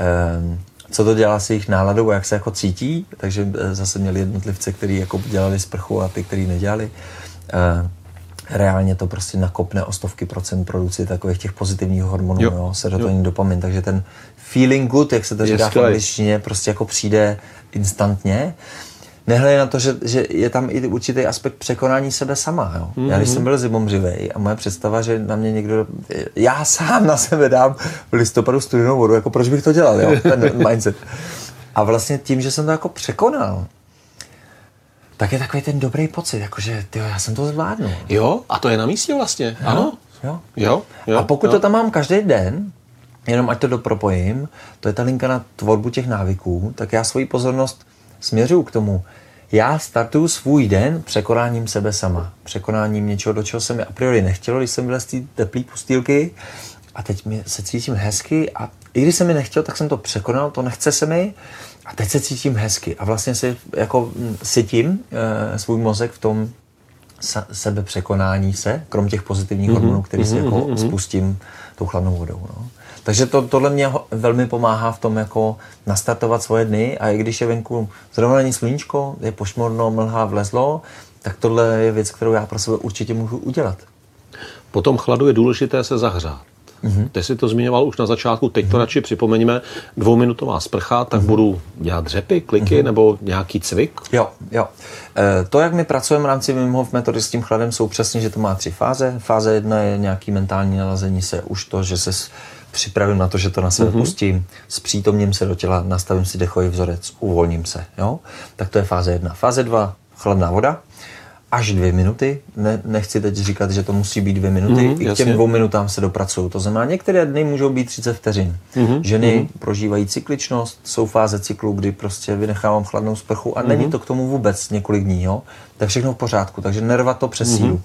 co to dělá s jejich náladou a jak se jako cítí, takže zase měli jednotlivce, kteří jako dělali sprchu a ty, kteří nedělali. Reálně to prostě nakopne o 100% produkci takových těch pozitivních hormonů, serotonin, dopamin, takže ten feeling good, jak se to říká v angličtině, prostě jako přijde instantně. Nehledě na to, že je tam i určitý aspekt překonání sebe sama. Jo. Já když jsem byl zimomřivej a moje představa, že na mě někdo, já sám na sebe dám v listopadu studenou vodu, jako proč bych to dělal, jo, ten mindset. A vlastně tím, že jsem to jako překonal, tak je takový ten dobrý pocit, jakože já jsem to zvládnul. Jo, a to je na místě vlastně, ano. Jo. A pokud to tam mám každý den, jenom ať to dopropojím, to je ta linka na tvorbu těch návyků, tak já svoji pozornost směřuju k tomu. Já startuju svůj den překonáním sebe sama. Překonáním něčeho, do čeho se mi a priori nechtělo, když jsem byl z té teplé pustýlky a teď se cítím hezky a i když se mi nechtělo, tak jsem to překonal, to nechce se mi a teď se cítím hezky a vlastně si jako sytím svůj mozek v tom sebepřekonání se, krom těch pozitivních hormonů, který si jako spustím tou chladnou vodou. No. Takže tohle mě velmi pomáhá v tom jako nastartovat svoje dny a i když je venku zrovna není sluníčko, je pošmorno, mlha, vlezlo, tak tohle je věc, kterou já pro sebe určitě můžu udělat. Po tom chladu je důležité se zahřát. Ty jsi to zmiňoval už na začátku, teď to radši připomeňme, 2minutová sprcha, tak budu dělat dřepy, kliky nebo nějaký cvik? Jo. To, jak my pracujeme v rámci Wim Hof metody s tím chladem, jsou přesně, že to má 3 fáze. Fáze 1 je nějaký mentální nalazení se, už to, že se připravím na to, že to na sebe pustím, zpřítomním se do těla, nastavím si dechový vzorec, uvolním se. Jo? Tak to je fáze 1. Fáze 2, chladná voda. až 2 minuty. Nechci teď říkat, že to musí být 2 minuty. I k těm 2 minutám se dopracuju. To znamená, některé dny můžou být 30 vteřin. Ženy prožívají cykličnost, jsou fáze cyklu, kdy prostě vynechávám chladnou sprchu a není to k tomu vůbec několik dní. Jo? Tak všechno v pořádku, takže nervat to přes sílu.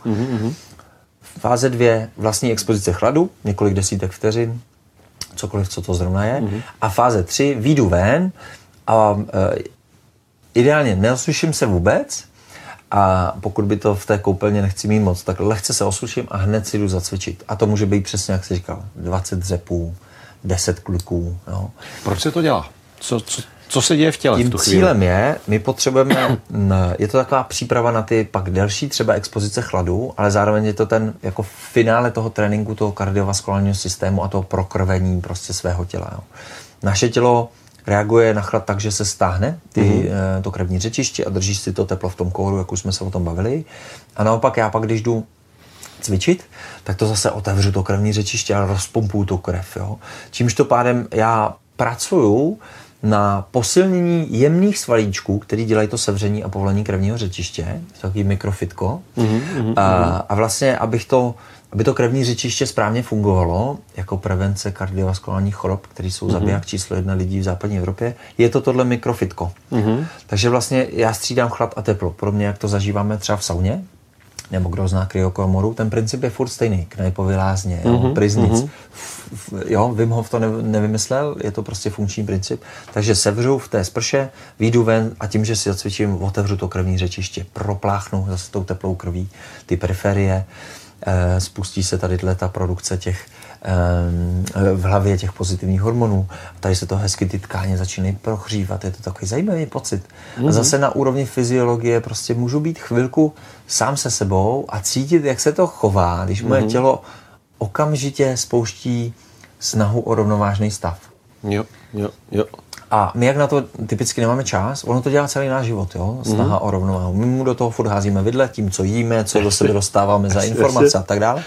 Fáze 2, vlastní expozice chladu, několik desítek vteřin, cokoliv, co to zrovna je. A fáze 3, výjdu ven a ideálně neosuším se vůbec a pokud by to v té koupelně nechci mít moc, tak lehce se osuším a hned si jdu zacvičit. A to může být přesně, jak jsi říkal, 20 dřepů, 10 kliků. No. Proč se to dělá? Co se děje v těle v tu chvíli? Cílem je, my potřebujeme, je to taková příprava na ty pak delší třeba expozice chladu, ale zároveň je to ten jako finále toho tréninku, toho kardiovaskulárního systému a toho prokrvení prostě svého těla. Jo. Naše tělo reaguje na chlad tak, že se stáhne to krevní řečiště a držíš si to teplo v tom kóru, jak už jsme se o tom bavili. A naopak já pak, když jdu cvičit, tak to zase otevřu to krevní řečiště a rozpumpuju tu krev. Jo. Čímž to pádem já pracuju na posilnění jemných svalíčků, který dělají to sevření a povolení krevního řečiště, takový mikrofitko. A vlastně, aby to krevní řečiště správně fungovalo, jako prevence kardiovaskulárních chorob, které jsou zabiják číslo 1 lidí v západní Evropě, je to tohle mikrofitko. Takže vlastně já střídám chlad a teplo. Podobně, jak to zažíváme třeba v sauně, nebo kdo zná kryokomoru, ten princip je furt stejný. Knajpovy lázně, Priznic. Jo, Wim Hof to nevymyslel, je to prostě funkční princip. Takže sevřu v té sprše, vyjdu ven a tím, že si zacvičím, otevřu to krevní řečiště, propláchnu zase tou teplou krví ty periferie, spustí se tady ta produkce těch v hlavě těch pozitivních hormonů. Tady se to hezky ty tkáně začínají prohřívat, je to takový zajímavý pocit. A zase na úrovni fyziologie prostě můžu být chvilku sám se sebou a cítit, jak se to chová, když moje tělo okamžitě spouští snahu o rovnovážný stav. Jo. A my jak na to typicky nemáme čas, ono to dělá celý náš život, jo? Snaha o rovnováhu. My mu do toho furt házíme vidle tím, co jíme, co do sebe dostáváme za informace a tak dále.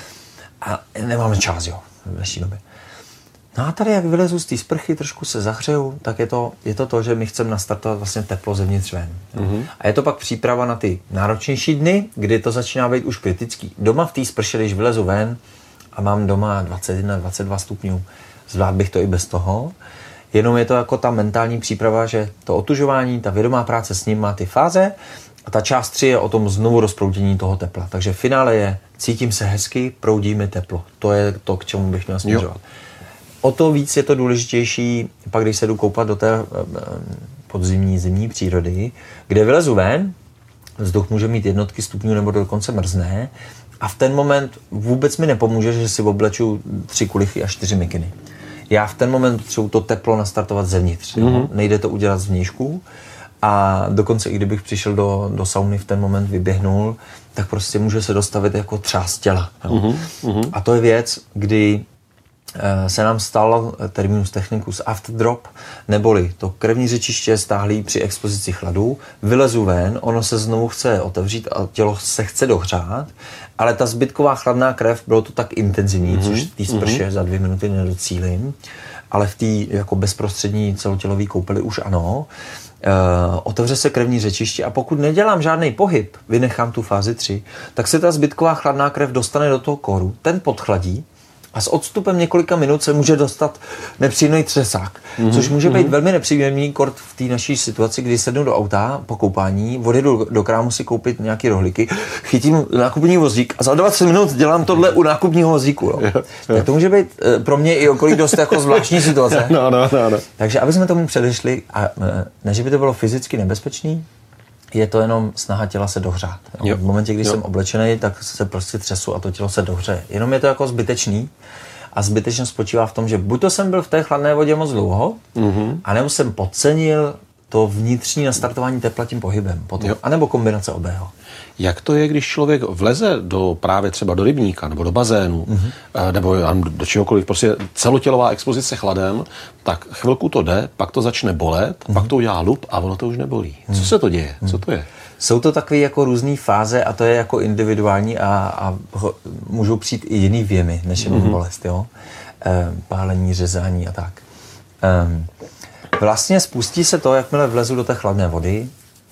A nemáme čas, jo, v dnešní době. No a tady, jak vylezu z té sprchy, trošku se zahřeju, tak je to, že my chceme nastartovat vlastně teplo zevnitř ven. A je to pak příprava na ty náročnější dny, kdy to začíná být už kritický. Doma v té sprše, když vylezu ven a mám doma 21-22 stupňů, zvlád bych to i bez toho. Jenom je to jako ta mentální příprava, že to otužování, ta vědomá práce s ním má ty fáze a ta část 3 je o tom znovu rozproudění toho tepla. Takže v finále je, cítím se hezky, proudí mi teplo. To je to, k čemu bych měl směřovat. O to víc je to důležitější, pak když se jdu koupat do té podzimní, zimní přírody, kde vylezu ven, vzduch může mít jednotky stupňů nebo dokonce mrzne a v ten moment vůbec mi nepomůže, že si obleču 3 kulichy a 4 mikiny. Já v ten moment potřebuji to teplo nastartovat zevnitř. Nejde to udělat zvnějšku a dokonce i kdybych přišel do sauny v ten moment vyběhnul, tak prostě může se dostavit jako třás těla. A to je věc, kdy se nám stal terminus technicus afterdrop, neboli to krevní řečiště je stáhlý při expozici chladu, vylezu ven, ono se znovu chce otevřít a tělo se chce dohřát, ale ta zbytková chladná krev, bylo to tak intenzivní, což v té sprše za 2 minuty nedocílím, ale v té jako bezprostřední celotělové koupeli už ano. Otevře se krevní řečiště a pokud nedělám žádný pohyb, vynechám tu fázi 3, tak se ta zbytková chladná krev dostane do toho kóru, ten podchladí a s odstupem několika minut se může dostat nepříjemný třesák, což může být velmi nepříjemný kort v té naší situaci, kdy sednu do auta po koupání, odjedu do krámu si koupit nějaké rohlíky, chytím nákupní vozík a za 20 minut dělám tohle u nákupního vozíku. Jo. Tak to může být pro mě i okolí dost jako zvláštní situace. No. Takže aby jsme tomu předešli, a ne, že by to bylo fyzicky nebezpečný, je to jenom snaha těla se dohřát. Jo. V momentě, kdy jsem oblečený, tak se prostě třesu a to tělo se dohřeje. Jenom je to jako zbytečný a zbytečnost spočívá v tom, že buď to jsem byl v té chladné vodě moc dlouho, anebo jsem podcenil to vnitřní nastartování tepla tím pohybem. Anebo kombinace obého. Jak to je, když člověk vleze právě třeba do rybníka nebo do bazénu, nebo do čehokoliv, prostě celotělová expozice chladem, tak chvilku to jde, pak to začne bolet, pak to udělá lup a ono to už nebolí. Co se to děje? Co to je? Jsou to takové jako různé fáze a to je jako individuální a můžou přijít i jiný věmy, než jenom bolest, jo? Pálení, řezání a tak. Vlastně spustí se to, jakmile vlezu do té chladné vody,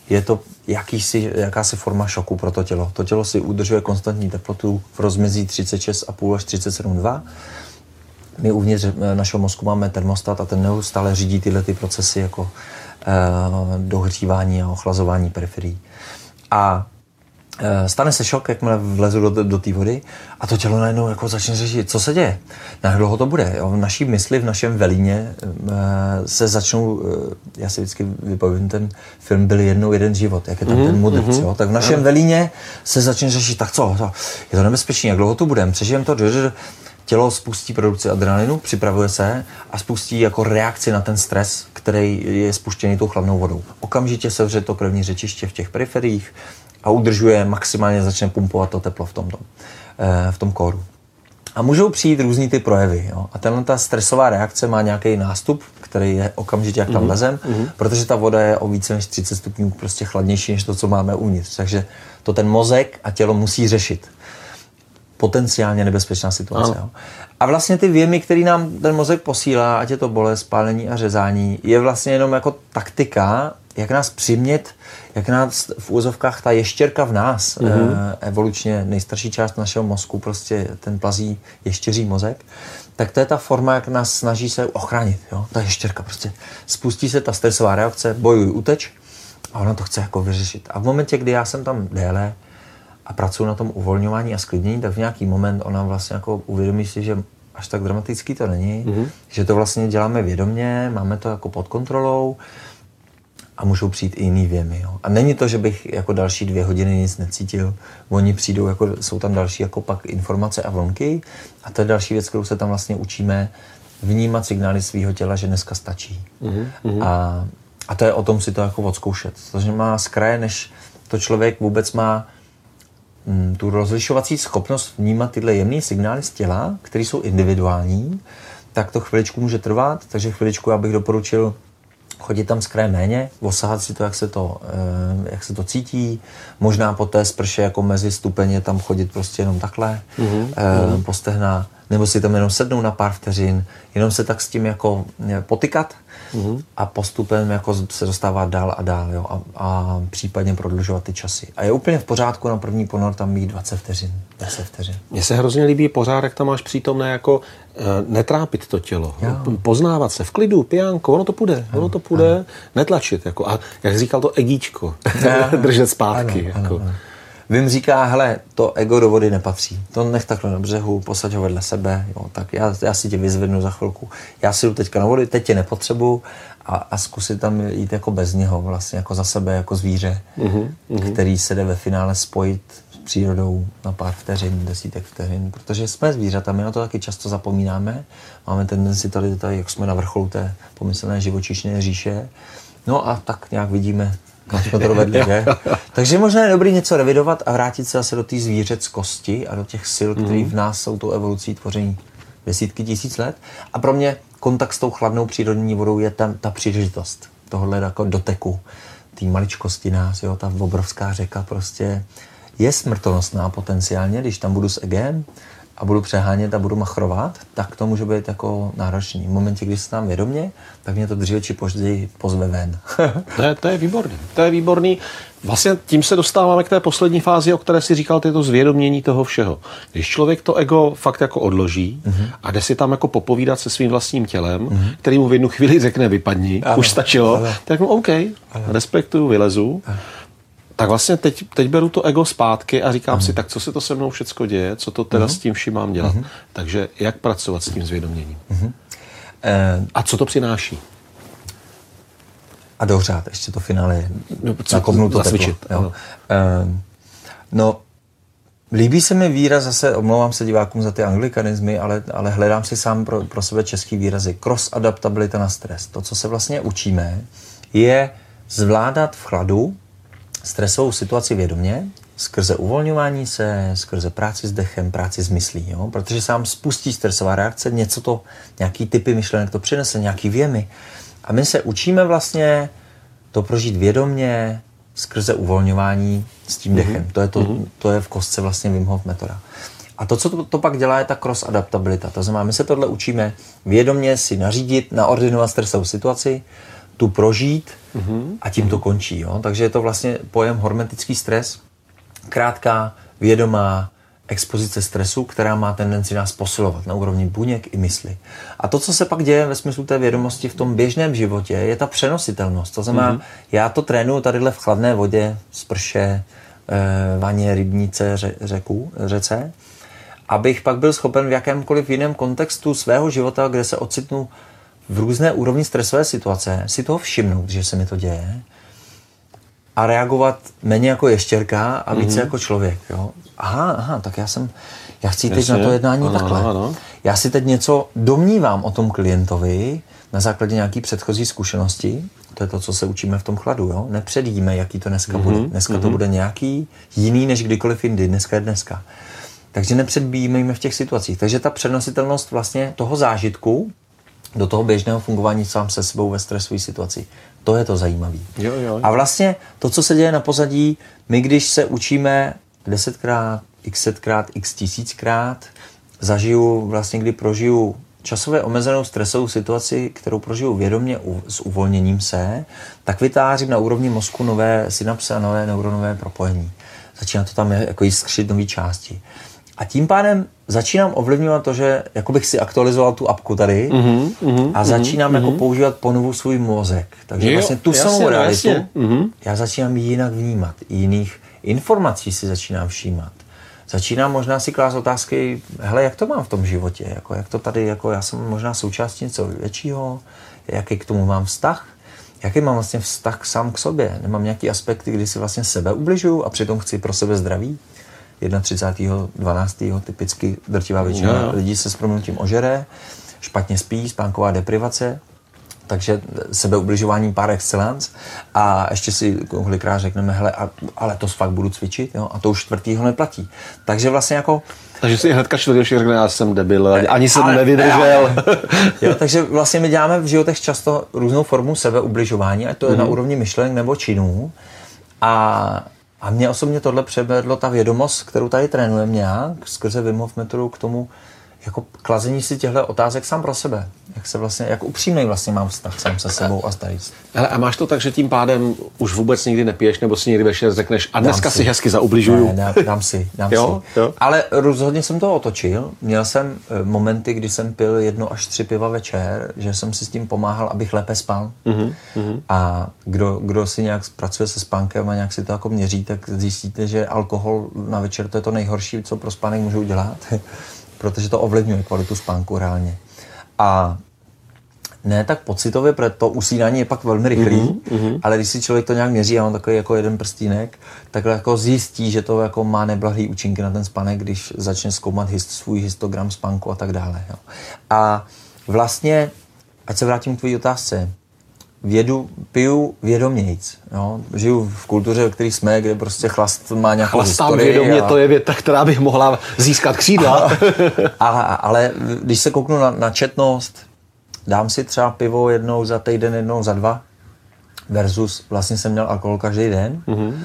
je to jakási forma šoku pro to tělo. To tělo si udržuje konstantní teplotu v rozmezí 36,5 až 37,2. My uvnitř našeho mozku máme termostat a ten neustále řídí tyhle ty procesy jako dohřívání a ochlazování periferií. A stane se šok, jakmile vlezu do té vody a to tělo najednou jako začne řešit, co se děje, jak dlouho to bude. Jo? V naší mysli, v našem velíně se začnou, já si vždycky vypovím ten film Byl jednou jeden život, jak je tam ten mudrc, jo? Tak v našem velíně se začne řešit, tak co, je to nebezpečné, jak dlouho to budeme, přežijeme to, tělo spustí produkci adrenalinu, připravuje se a spustí jako reakci na ten stres, který je spuštěný tou chladnou vodou. Okamžitě sevře to krevní řečiště v těch periferiích a udržuje, maximálně začne pumpovat to teplo v tom kóru. A můžou přijít různý ty projevy. Jo? A ta stresová reakce má nějaký nástup, který je okamžitě, jak tam lezem, protože ta voda je o více než 30 stupňů prostě chladnější, než to, co máme uvnitř. Takže to ten mozek a tělo musí řešit. Potenciálně nebezpečná situace. Jo? A vlastně ty věmy, které nám ten mozek posílá, ať je to bolest, spálení a řezání, je vlastně jenom jako taktika, jak nás přimět, jak nás v úvozovkách ta ještěrka v nás, evolučně nejstarší část našeho mozku, prostě ten plazí ještěří mozek, tak to je ta forma, jak nás snaží se ochránit. Jo? Ta ještěrka prostě spustí se ta stresová reakce, bojuj, uteč a ona to chce jako vyřešit. A v momentě, kdy já jsem tam déle a pracuji na tom uvolňování a sklidnění, tak v nějaký moment ona vlastně jako uvědomí si, že až tak dramatický to není, že to vlastně děláme vědomě, máme to jako pod kontrolou a můžou přijít i jiný věmy. Jo. A není to, že bych jako další 2 hodiny nic necítil, oni přijdou, jako, jsou tam další jako pak informace a vlnky a to je další věc, kterou se tam vlastně učíme vnímat signály svého těla, že dneska stačí. A to je o tom si to jako odzkoušet. To má z kraje, než to člověk vůbec má tu rozlišovací schopnost vnímat tyhle jemné signály z těla, které jsou individuální, tak to chviličku může trvat, takže chviličku já bych doporučil chodit tam z kraje méně, osahat si to, jak se to cítí, možná po té sprše jako mezi stupeně tam chodit prostě jenom takhle, po stehna, nebo si tam jenom sednout na pár vteřin, jenom se tak s tím jako potykat a postupem jako se dostávat dál a dál, jo, a případně prodlužovat ty časy. A je úplně v pořádku na první ponor tam mít 20 vteřin, 10 vteřin. Mně se hrozně líbí pořád, jak tam máš přítomné jako netrápit to tělo, poznávat se v klidu, pijánko, ono to půjde, netlačit, jako, a jak říkal to egíčko, držet zpátky. Ano. Vím říká, hele, to ego do vody nepatří. To nech takhle na břehu, posaď ho vedle sebe, jo, tak já si tě vyzvednu za chvilku. Já si jdu teďka na vody, teď tě nepotřebuju a zkusit tam jít jako bez něho, vlastně jako za sebe, jako zvíře, který se jde ve finále spojit s přírodou na pár vteřin, desítek vteřin, protože jsme zvířata, my na to taky často zapomínáme. Máme tendenci tady, jak jsme na vrcholu té pomyslné živočišné říše. No a tak nějak vidíme, kam jsme to dovedli, že? Takže možná je dobrý něco revidovat a vrátit se zase do té zvířeckosti a do těch sil, které v nás jsou tou evolucí tvoření desítky tisíc let. A pro mě kontakt s tou chladnou přírodní vodou je tam ta příležitost tohohle jako doteku, té maličkosti nás, jo, ta obrovská řeka prostě je smrtonosná potenciálně, když tam budu s egem a budu přehánět a budu machrovat, tak to může být jako náročný. V momentě, když se tam vědomě, tak mě to dříve či později pozve ven. To je výborný. Vlastně tím se dostáváme k té poslední fázi, o které si říkal, to je to zvědomění toho všeho. Když člověk to ego fakt jako odloží a jde si tam jako popovídat se svým vlastním tělem, který mu v jednu chvíli řekne vypadni, už stačilo, tak mu OK, respektuju, vylezu. Tak vlastně teď beru to ego zpátky a říkám si, tak co se to se mnou všecko děje, co to teda s tím vším mám dělat. Takže jak pracovat s tím zvědoměním? A co to přináší? A dohřát, ještě to finále nakopnout to teplo. Jo. No, líbí se mi výraz, zase omlouvám se divákům za ty anglikanizmy, ale hledám si sám pro sebe český výrazy. Cross-adaptabilita na stres. To, co se vlastně učíme, je zvládat v chladu stresovou situaci vědomě, skrze uvolňování se, skrze práci s dechem, práci s myslí, jo? Protože sám spustí stresová reakce, nějaký typy myšlenek to přinese, nějaký věmy. A my se učíme vlastně to prožít vědomě skrze uvolňování s tím dechem. To je v kostce vlastně Wim Hof metoda. A to, co to pak dělá, je ta cross-adaptabilita. To znamená, my se tohle učíme vědomě si nařídit, naordinovat stresovou situaci, tu prožít a tím to končí. Jo? Takže je to vlastně pojem hormetický stres, krátká, vědomá expozice stresu, která má tendenci nás posilovat na úrovni buněk i mysli. A to, co se pak děje ve smyslu té vědomosti v tom běžném životě, je ta přenositelnost. To znamená, já to trénuju tadyhle v chladné vodě, sprše, vaně, rybníce, řece, abych pak byl schopen v jakémkoliv jiném kontextu svého života, kde se ocitnu v různé úrovni stresové situace, si toho všimnout, že se mi to děje a reagovat méně jako ještěrka a více jako člověk. Jo? Aha, tak já chci teď na to jednání takhle. Já si teď něco domnívám o tom klientovi na základě nějaký předchozí zkušenosti. To je to, co se učíme v tom chladu. Jo? Nepředjíme, jaký to dneska bude. Dneska to bude nějaký jiný než kdykoliv jindy. Dneska je dneska. Takže nepředbíjíme v těch situacích. Takže ta přenositelnost vlastně toho zážitku do toho běžného fungování sám se sebou ve stresové situaci. To je to zajímavé. A vlastně to, co se děje na pozadí, my když se učíme 10krát, xsetkrát, x tisíckrát, zažiju vlastně, kdy prožiju časově omezenou stresovou situaci, kterou prožiju vědomě s uvolněním se, tak vytvářím na úrovni mozku nové synapse a nové neuronové propojení. Začíná to tam jako jiskřit nový části. A tím pádem začínám ovlivňovat to, že jako bych si aktualizoval tu apku tady a začínám jako používat ponovu svůj mozek. Takže vlastně tu samou realitu já začínám jinak vnímat. Jiných informací si začínám všímat. Začínám možná si klást otázky, hele, jak to mám v tom životě? Jako, jak to tady, jako já jsem možná součástí něco většího, jaký k tomu mám vztah? Jaký mám vlastně vztah sám k sobě? Nemám nějaký aspekty, kdy si vlastně sebe ubližuju a přitom chci pro sebe zdraví? 31.12. typicky drtivá většina lidí se s proměnutím ožere, špatně spí, spánková deprivace, takže sebeubližování par excellence a ještě si kolikrát řekneme, hele, ale to fakt budu cvičit, jo? A to už čtvrtýho neplatí. Takže vlastně jako... Takže si hnedka čtvrtýho řekne, já jsem debil, ani jsem nevydržel. Jo, takže vlastně my děláme v životech často různou formu sebeubližování, ať to je na úrovni myšlenek nebo činů. A mě osobně tohle převedlo ta vědomost, kterou tady trénujeme nějak, skrze Wim Hof metodu k tomu, jako klazení si těchto otázek sám pro sebe. Jak upřímnej vlastně mám vztah sám se sebou a tady. Hele, a máš to tak, že tím pádem už vůbec nikdy nepiješ, nebo si někdy večer řekneš a dneska si hezky zaubližuju? Ne, dám si. Jo? Ale rozhodně jsem to otočil. Měl jsem momenty, kdy jsem pil 1 až 3 piva večer, že jsem si s tím pomáhal, abych lépe spal. A kdo si nějak pracuje se spánkem a nějak si to jako měří, tak zjistíte, že alkohol na večer to je to nejhorší, co pro spánek můžu udělat. Protože to ovlivňuje kvalitu spánku reálně. A ne tak pocitově, protože to usínání je pak velmi rychlý, ale když si člověk to nějak měří, a on takový jako jeden prstínek, tak jako zjistí, že to jako má neblahý účinky na ten spánek, když začne zkoumat svůj histogram spánku a tak dále. Jo. A vlastně, ať se vrátím k tvojí otázce, piju vědomějc. Jo? Žiju v kultuře, ve které jsme, kde prostě chlast má nějakou historii. Vědomě, to je věta, která bych mohla získat křídla. Ale když se kouknu na četnost, dám si třeba pivo jednou za týden, jednou za 2, versus vlastně jsem měl alkohol každý den.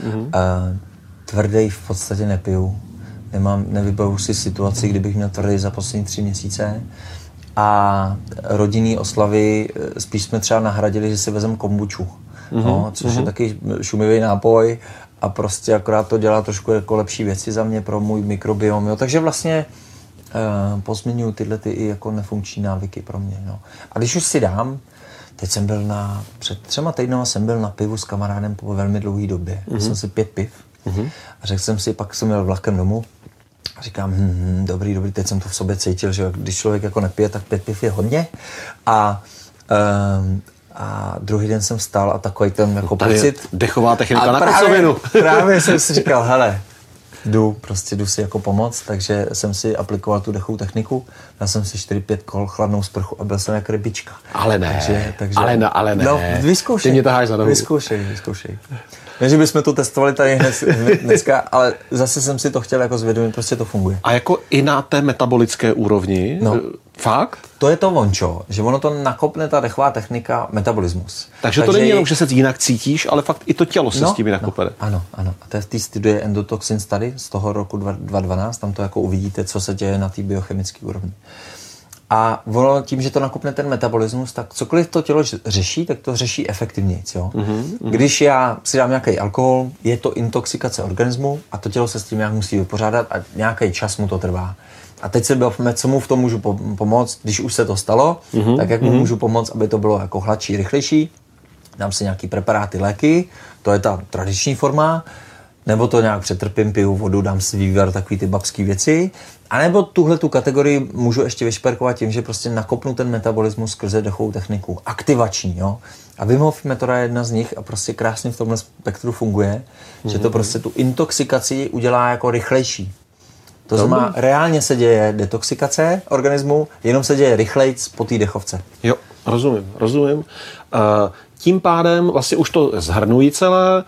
Tvrdý v podstatě nepiju. Nevybavu si situaci, kdybych měl tvrdý za poslední 3 měsíce. A rodinný oslavy spíš jsme třeba nahradili, že si vezem kombuču, což je taky šumivý nápoj a prostě akorát to dělá trošku jako lepší věci za mě pro můj mikrobiom. Jo. Takže vlastně pozměňuji tyhle i jako nefunkční návyky pro mě. Jo. A když už si dám, teď jsem byl před 3 týdny jsem byl na pivu s kamarádem po velmi dlouhé době. Jsem si 5 piv a řekl jsem si, pak jsem jel vlakem domů. A říkám, dobrý, teď jsem to v sobě cítil, že když člověk jako nepije, tak 5 piv je hodně. A druhý den jsem vstal a takový ten jako pocit. Dechová technika na kocovinu. Právě jsem si říkal, hele, jdu si jako pomoct, takže jsem si aplikoval tu dechovou techniku, dal jsem si 4-5 kol, chladnou sprchu a byl jsem jak rybička. Ale ne, ale ne. No, vyzkoušej. Ty mě taháš za nohu. Vyzkoušej. Ne, že bychom to testovali tady dneska, ale zase jsem si to chtěl jako zvědomit, prostě to funguje. A jako i na té metabolické úrovni? No. Fakt? To je to vončo, že ono to nakopne ta dechová technika metabolismus. Takže to není jenom, že se jinak cítíš, ale fakt i to tělo se s tím nakopne. Ano. A to je v té studii Endotoxin Study z toho roku 2012, tam to jako uvidíte, co se děje na té biochemické úrovni. A ono tím, že to nakopne ten metabolismus, tak cokoliv to tělo řeší, tak to řeší efektivněji. Když já si dám nějaký alkohol, je to intoxikace organismu a to tělo se s tím nějak musí vypořádat a nějaký čas mu to trvá. A teď se bavíme, co mu v tom můžu pomoct, když už se to stalo, tak jak mu můžu pomoct, aby to bylo jako hladší, rychlejší. Dám si nějaký preparáty, léky, to je ta tradiční forma, nebo to nějak přetrpím, piju vodu, dám si vývar, takový ty babský věci. A nebo tuhle tu kategorii můžu ještě vyšperkovat tím, že prostě nakopnu ten metabolismus skrze dechovou techniku. Aktivační, jo. A Wim Hof metoda je jedna z nich a prostě krásně v tomhle spektru funguje, že to prostě tu intoxikaci udělá jako rychlejší. To znamená, reálně se děje detoxikace organismu, jenom se děje rychlejc po té dechovce. Jo, rozumím. Tím pádem vlastně už to zhrnují celé.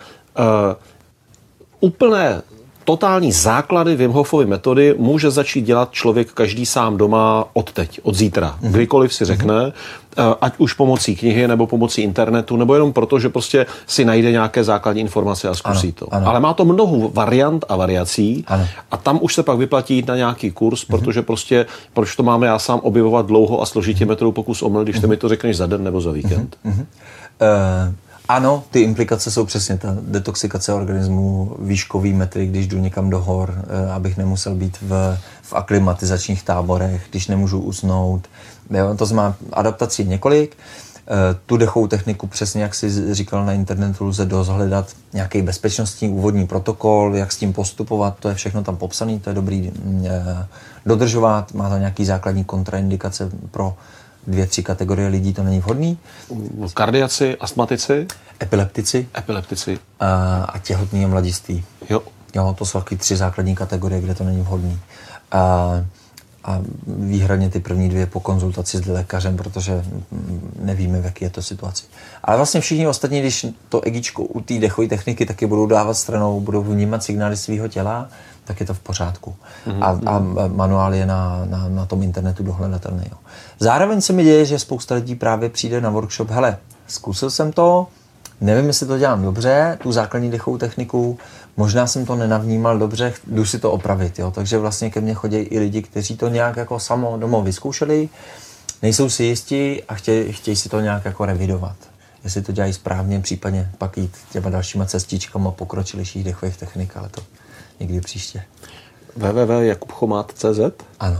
Úplné totální základy Wim Hofovy metody může začít dělat člověk každý sám doma od zítra. Kdykoliv si řekne, ať už pomocí knihy, nebo pomocí internetu, nebo jenom proto, že prostě si najde nějaké základní informace a zkusí to. Ale má to mnoho variant a variací a tam už se pak vyplatí jít na nějaký kurz, protože prostě, proč to máme já sám objevovat dlouho a složitě metodu pokus omyl, když ty mi to řekneš za den nebo za víkend. Ano, ty implikace jsou přesně ta detoxikace organismu, výškový metry, když jdu někam do hor, abych nemusel být v aklimatizačních táborech, když nemůžu usnout. Jo, to znamená adaptací několik. Tu dechovou techniku, přesně jak jsi říkal, na internetu lze dozhledat nějaký bezpečnostní úvodní protokol, jak s tím postupovat, to je všechno tam popsané, to je dobrý dodržovat, má to nějaký základní kontraindikace pro 2-3 kategorie lidí, to není vhodný. Kardiaci, astmatici? Epileptici. A těhotný a mladiství. Jo, to jsou taky 3 základní kategorie, kde to není vhodný. A výhradně ty první 2 po konzultaci s lékařem, protože nevíme, v jaké je to situaci. Ale vlastně všichni ostatní, když to egíčko u té dechové techniky taky budou dávat stranou, budou vnímat signály svého těla, tak je to v pořádku. A manuál je na tom internetu dohledatelný. Jo. Zároveň se mi děje, že spousta lidí právě přijde na workshop, hele, zkusil jsem to, nevím, jestli to dělám dobře, tu základní dechovou techniku, možná jsem to nenavnímal dobře, jdu si to opravit. Jo. Takže vlastně ke mně chodí i lidi, kteří to nějak jako samo domů vyzkoušeli, nejsou si jistí a chtějí si to nějak jako revidovat. Jestli to dělají správně, případně pak jít těma dalšíma cestičkama pokročilejších dechových technik, ale to někdy příště. www.jakubchomát.cz. Ano.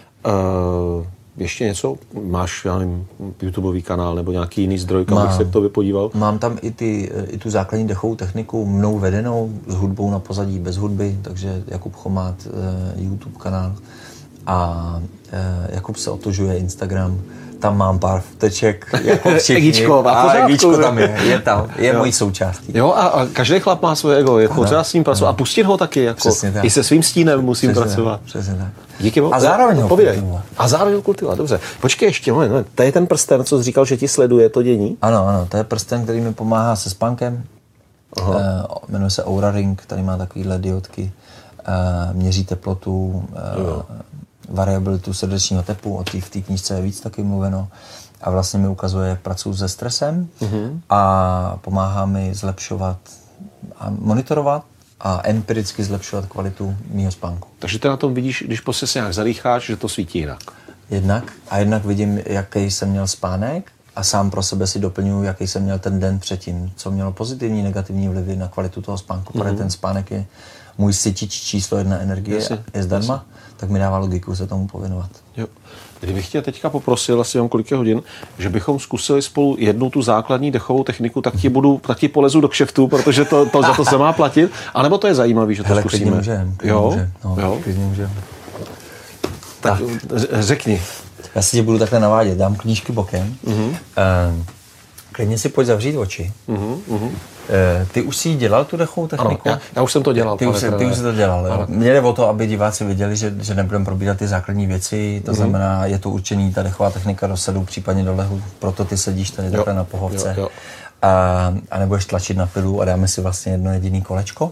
Ještě něco? Máš, já nevím, YouTubeový kanál nebo nějaký jiný zdroj, kam bych se to vypodíval? Mám tam i tu základní dechovou techniku mnou vedenou, s hudbou na pozadí, bez hudby, takže Jakub Chomát, YouTube kanál. A Jakub se otožuje Instagram. Tam mám pár vteček, jako všichni. Egíčko tam je mojí součástí. Jo, a každý chlap má svoje ego, je potřeba s ním pracovat. A pustit ho taky, jako i se svým stínem musím pracovat. Přesně tak. Díky bohu. A zároveň ho kultivovat. A zároveň ho kultivovat, dobře. Počkej ještě, to je ten prsten, co jsi říkal, že ti sleduje to dění? Ano, to je prsten, který mi pomáhá se spánkem. Jmenuje se Oura Ring, tady má takovýhle diodky. Měří teplotu, variabilitu srdečního tepu, v té knížce je víc taky mluveno. A vlastně mi ukazuje, jak pracuji se stresem a pomáhá mi zlepšovat a monitorovat a empiricky zlepšovat kvalitu mýho spánku. Takže ty na tom vidíš, když prostě se nějak zadýcháš, že to svítí jinak. Jednak vidím, jaký jsem měl spánek a sám pro sebe si doplňuji, jaký jsem měl ten den předtím, co mělo pozitivní, negativní vlivy na kvalitu toho spánku, protože ten spánek je můj sytič číslo 1 energie, je zdarma, tak mi dává logiku se tomu pověnovat. Jo. Kdybych tě teďka poprosil, asi mám kolik hodin, že bychom zkusili spolu jednu tu základní dechovou techniku, tak ti polezu do kšeftu, protože to za to se má platit, anebo to je zajímavý, že to zkusíme. Klidně můžeme. Tak řekni. Já si tě budu takhle navádět, dám knížky bokem. Klidně si pojď zavřít oči. Ty už jsi dělal tu dechovou techniku? Ano, já už jsem to dělal. Ty už jsi to dělal. Mně jde o to, aby diváci viděli, že nebudeme probírat ty základní věci, to znamená, je to určený ta dechová technika do sedu, případně do lehu, proto ty sedíš tady takhle na pohovce. A nebudeš tlačit na pilu a dáme si vlastně jedno jediné kolečko.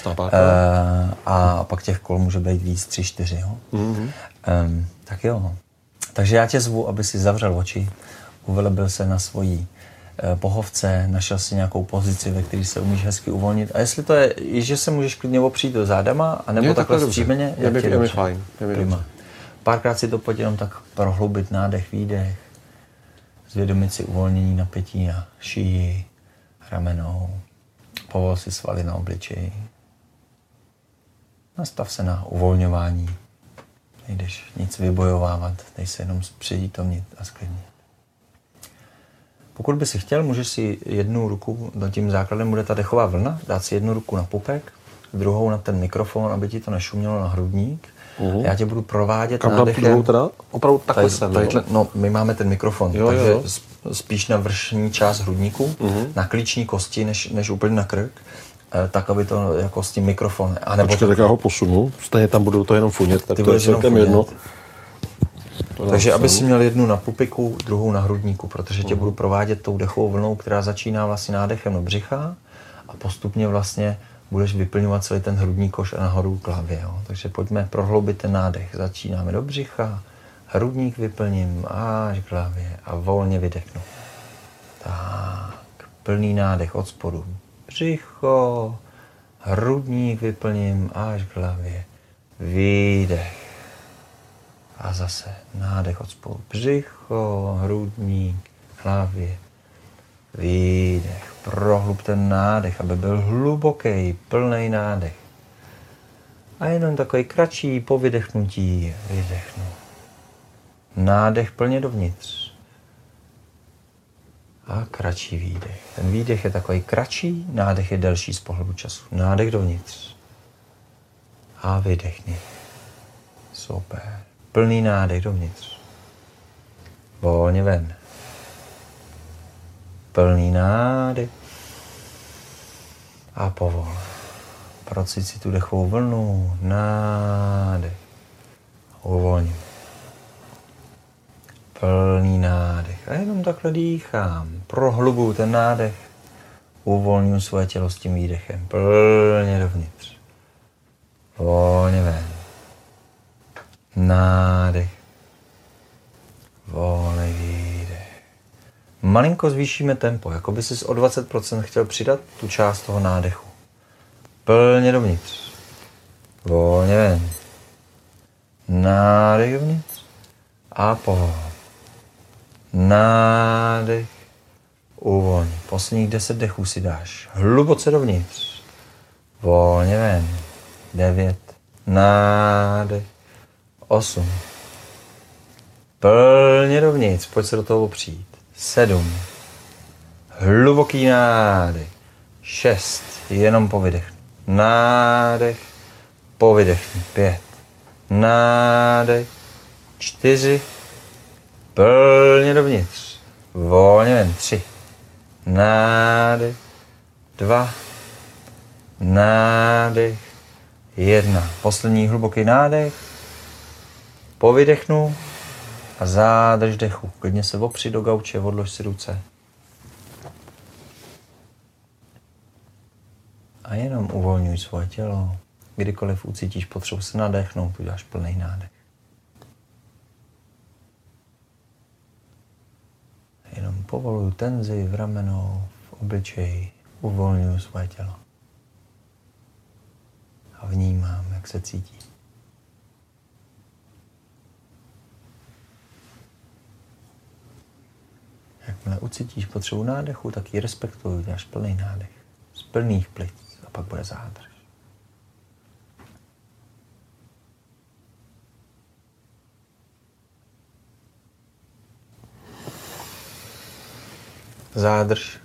A pak těch kol může být víc, 3-4. Tak jo. Takže já tě zvu, aby si zavřel oči, uvelebil se na svojí pohovce, našel si nějakou pozici, ve které se umíš hezky uvolnit. A jestli to je, že se můžeš klidně opřít do zádama, anebo takhle zpříjmeně, je mi fajn. Párkrát si to pojď jenom tak prohloubit, nádech, výdech. Zvědomit si uvolnění napětí na šíji, ramenou. Povol si svaly na obličeji. Nastav se na uvolňování. Nejdeš nic vybojovávat, dej se jenom přítomnit a sklidnit. Pokud by si chtěl, můžeš si jednu ruku, tím základem bude ta dechová vlna, dát si jednu ruku na pupek, druhou na ten mikrofon, aby ti to nešumělo na hrudník. Já tě budu provádět nádechem. Kam teda? Opravdu takhle jsem, no, my máme ten mikrofon, takže spíš na vršní část hrudníku, na klíční kosti, než úplně na krk, tak, aby to jako s tím mikrofonem. Počkej, tak já ho posunu, stejně tam budou to jenom funět, tak to je celkem jedno. Takže aby si měl jednu na pupiku, druhou na hrudníku, protože tě budu provádět tou dechovou vlnou, která začíná vlastně nádechem do břicha a postupně vlastně budeš vyplňovat celý ten hrudní koš a nahoru k hlavě. Jo. Takže pojďme prohloubit ten nádech. Začínáme do břicha, hrudník vyplním až k hlavě a volně vydechnu. Tak, plný nádech od spodu. Břicho, hrudník vyplním až k hlavě. Výdech. A zase nádech od spodu. Břicho, hrudník, hlavě. Výdech. Prohlub ten nádech, aby byl hluboký, plný nádech. A jenom takový kratší po vydechnutí vydechnu. Nádech plně dovnitř. A kratší výdech. Ten výdech je takový kratší, nádech je delší z pohledu času. Nádech dovnitř. A vydechni. Super. Plný nádech dovnitř. Volně ven. Plný nádech. A povol. Procít si tu dechovou vlnu. Nádech. Uvolním. Plný nádech. A jenom takhle dýchám. Prohlubuju ten nádech. Uvolňuji svoje tělo s tím výdechem. Plně dovnitř. Volně ven. Nádech. Volný výdech. Malinko zvýšíme tempo, jako by si o 20% chtěl přidat tu část toho nádechu. Plně dovnitř. Volně ven. Nádech dovnitř. A povol. Nádech. Uvolň. Posledních 10 dechů si dáš. Hluboce dovnitř. Volně ven. 9. Nádech. 8. Plně dovnitř. Pojď se do toho opřít. 7. Hluboký nádech. 6. Jenom po vydechnu. Nádech. Po vydechnu. 5. Nádech. 4. Plně dovnitř. Volně ven. 3. Nádech. 2. Nádech. 1. Poslední hluboký nádech. Po vydechnu. A zádrž dechu. Klidně se opři do gauče, odlož si ruce. A jenom uvolňuj svoje tělo. Kdykoliv ucítíš potřebu se nadechnout, uděláš plný nádech. Jenom povoluju tenzi v ramenou, v obličeji. Uvolňuju svoje tělo. A vnímám, jak se cítí. Jakmile ucítíš potřebu nádechu, tak ji respektuj, děláš plný nádech. Z plných plic a pak bude zádrž. Zádrž.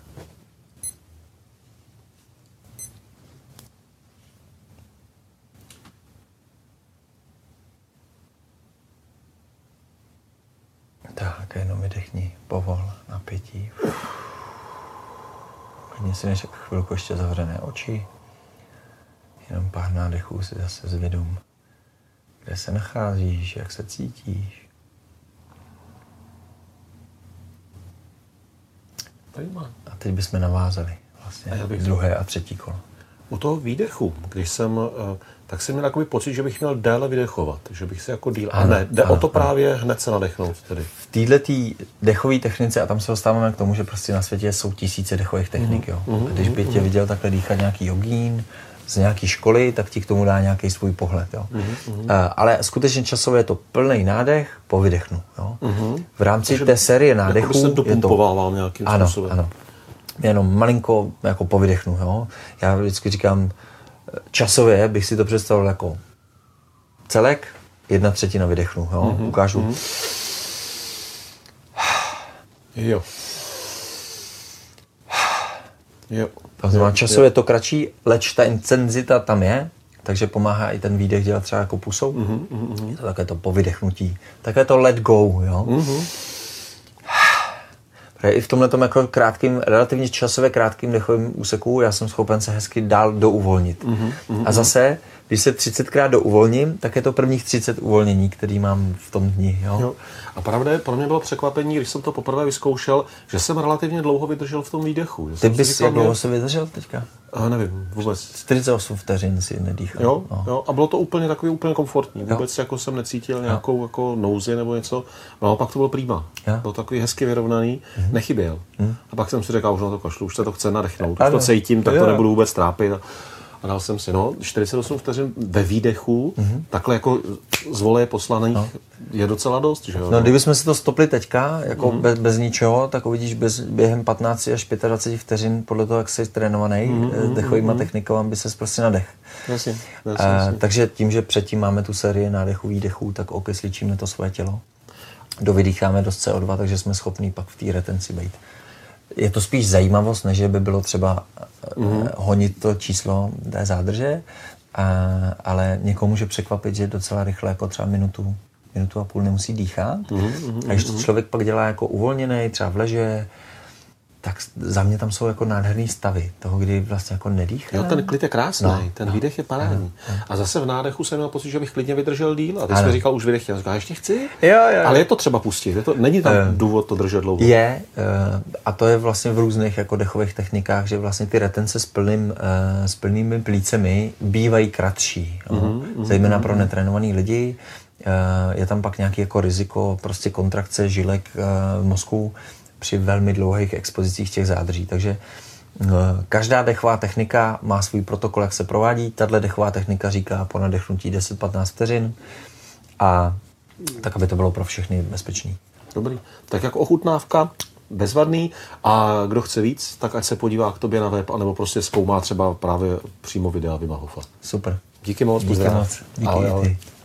Tak, jenom vydechni, povol, napětí. Klidně si než chvilku ještě zavřené oči. Jenom pár nádechů si zase zvědom, kde se nacházíš, jak se cítíš. A teď bychom navázali vlastně druhé a třetí kolo. U toho výdechu, když jsem, tak jsem měl takový pocit, že bych měl déle vydechovat, že bych se jako díl... A ne, jde o to právě hned se nadechnout tedy. V této dechové technice, a tam se dostáváme k tomu, že prostě na světě jsou tisíce dechových technik, jo. A když by tě viděl takhle dýchat nějaký jogín z nějaký školy, tak ti k tomu dá nějaký svůj pohled. Jo. Ale skutečně časově je to plný nádech po vydechnu. Jo. V rámci té série nádechů se dopumpovával nějakým způsobem. Ano. Jenom malinko jako po vydechnu. Jo. Já vždycky říkám, časově bych si to představil jako celek, 1/3 vydechnu. Jo. Ukážu. Jo. Časově je to kratší, leč ta intenzita tam je, takže pomáhá i ten výdech dělat třeba jako pusou. Je to také to povydechnutí. Také to let go, jo. I v tomhletom jako relativně časově krátkým dechovým úseku já jsem schopen se hezky dál douvolnit. A zase, když se 30krát douvolním, tak je to prvních 30 uvolnění, který mám v tom dni. Jo? A pravda, pro mě bylo překvapení, když jsem to poprvé vyzkoušel, že jsem relativně dlouho vydržel v tom výdechu. Ty bys jak dlouho se vydržel teďka? Nevím, vůbec. 48 vteřin si nedýchal. Jo, a bylo to úplně komfortní. Vůbec jako jsem necítil nějakou jako nouzi nebo něco. No a pak to bylo prima. Bylo takový hezky vyrovnaný, nechyběl. A pak jsem si řekl, už na to kašlu, už se to chce nadechnout. Už to cítím, tak to nebudu vůbec trápit. A dal jsem si, 48 vteřin ve výdechu, takhle jako z voleje poslaných je docela dost, že jo? No, kdybychom si to stopli teďka, jako bez ničeho, tak uvidíš během 15 až 25 vteřin, podle toho, jak jsi trénovaný dechovýma technikama, by ses prostě nadech. Jasně. Takže tím, že předtím máme tu sérii nádechů, výdechů, tak okysličíme to svoje tělo. Dovydýcháme dost CO2, takže jsme schopní pak v té retenci být. Je to spíš zajímavost, než by bylo třeba honit to číslo té zádrže, ale někomu může překvapit, že docela rychle, jako třeba minutu a půl nemusí dýchat. A když to člověk pak dělá jako uvolněný, třeba v leže, tak za mě tam jsou jako nádherný stavy toho, kdy vlastně jako nedýchá. Jo, ten klid je krásný, ten výdech je parádní. A zase v nádechu jsem měl pocit, že bych klidně vydržel díl. A ty jsi mi říkal, už vydech, já říkal, ještě chci? Jo. Ale je to třeba pustit, není tam důvod to držet dlouho. Je, a to je vlastně v různých jako dechových technikách, že vlastně ty retence s plnými plícemi bývají kratší. Zejména pro netrénovaný lidi. Je tam pak nějaký jako riziko prostě kontrakce žilek v mozku při velmi dlouhých expozicích těch zádrží. Takže každá dechová technika má svůj protokol, jak se provádí. Tato dechová technika říká po nadechnutí 10-15 vteřin a tak, aby to bylo pro všechny bezpečný. Dobrý. Tak jako ochutnávka, bezvadný, a kdo chce víc, tak ať se podívá k tobě na web, anebo prostě zkoumá třeba právě přímo videa Wima Hofa. Super. Díky moc. Díky moc. Díky. Ahoj.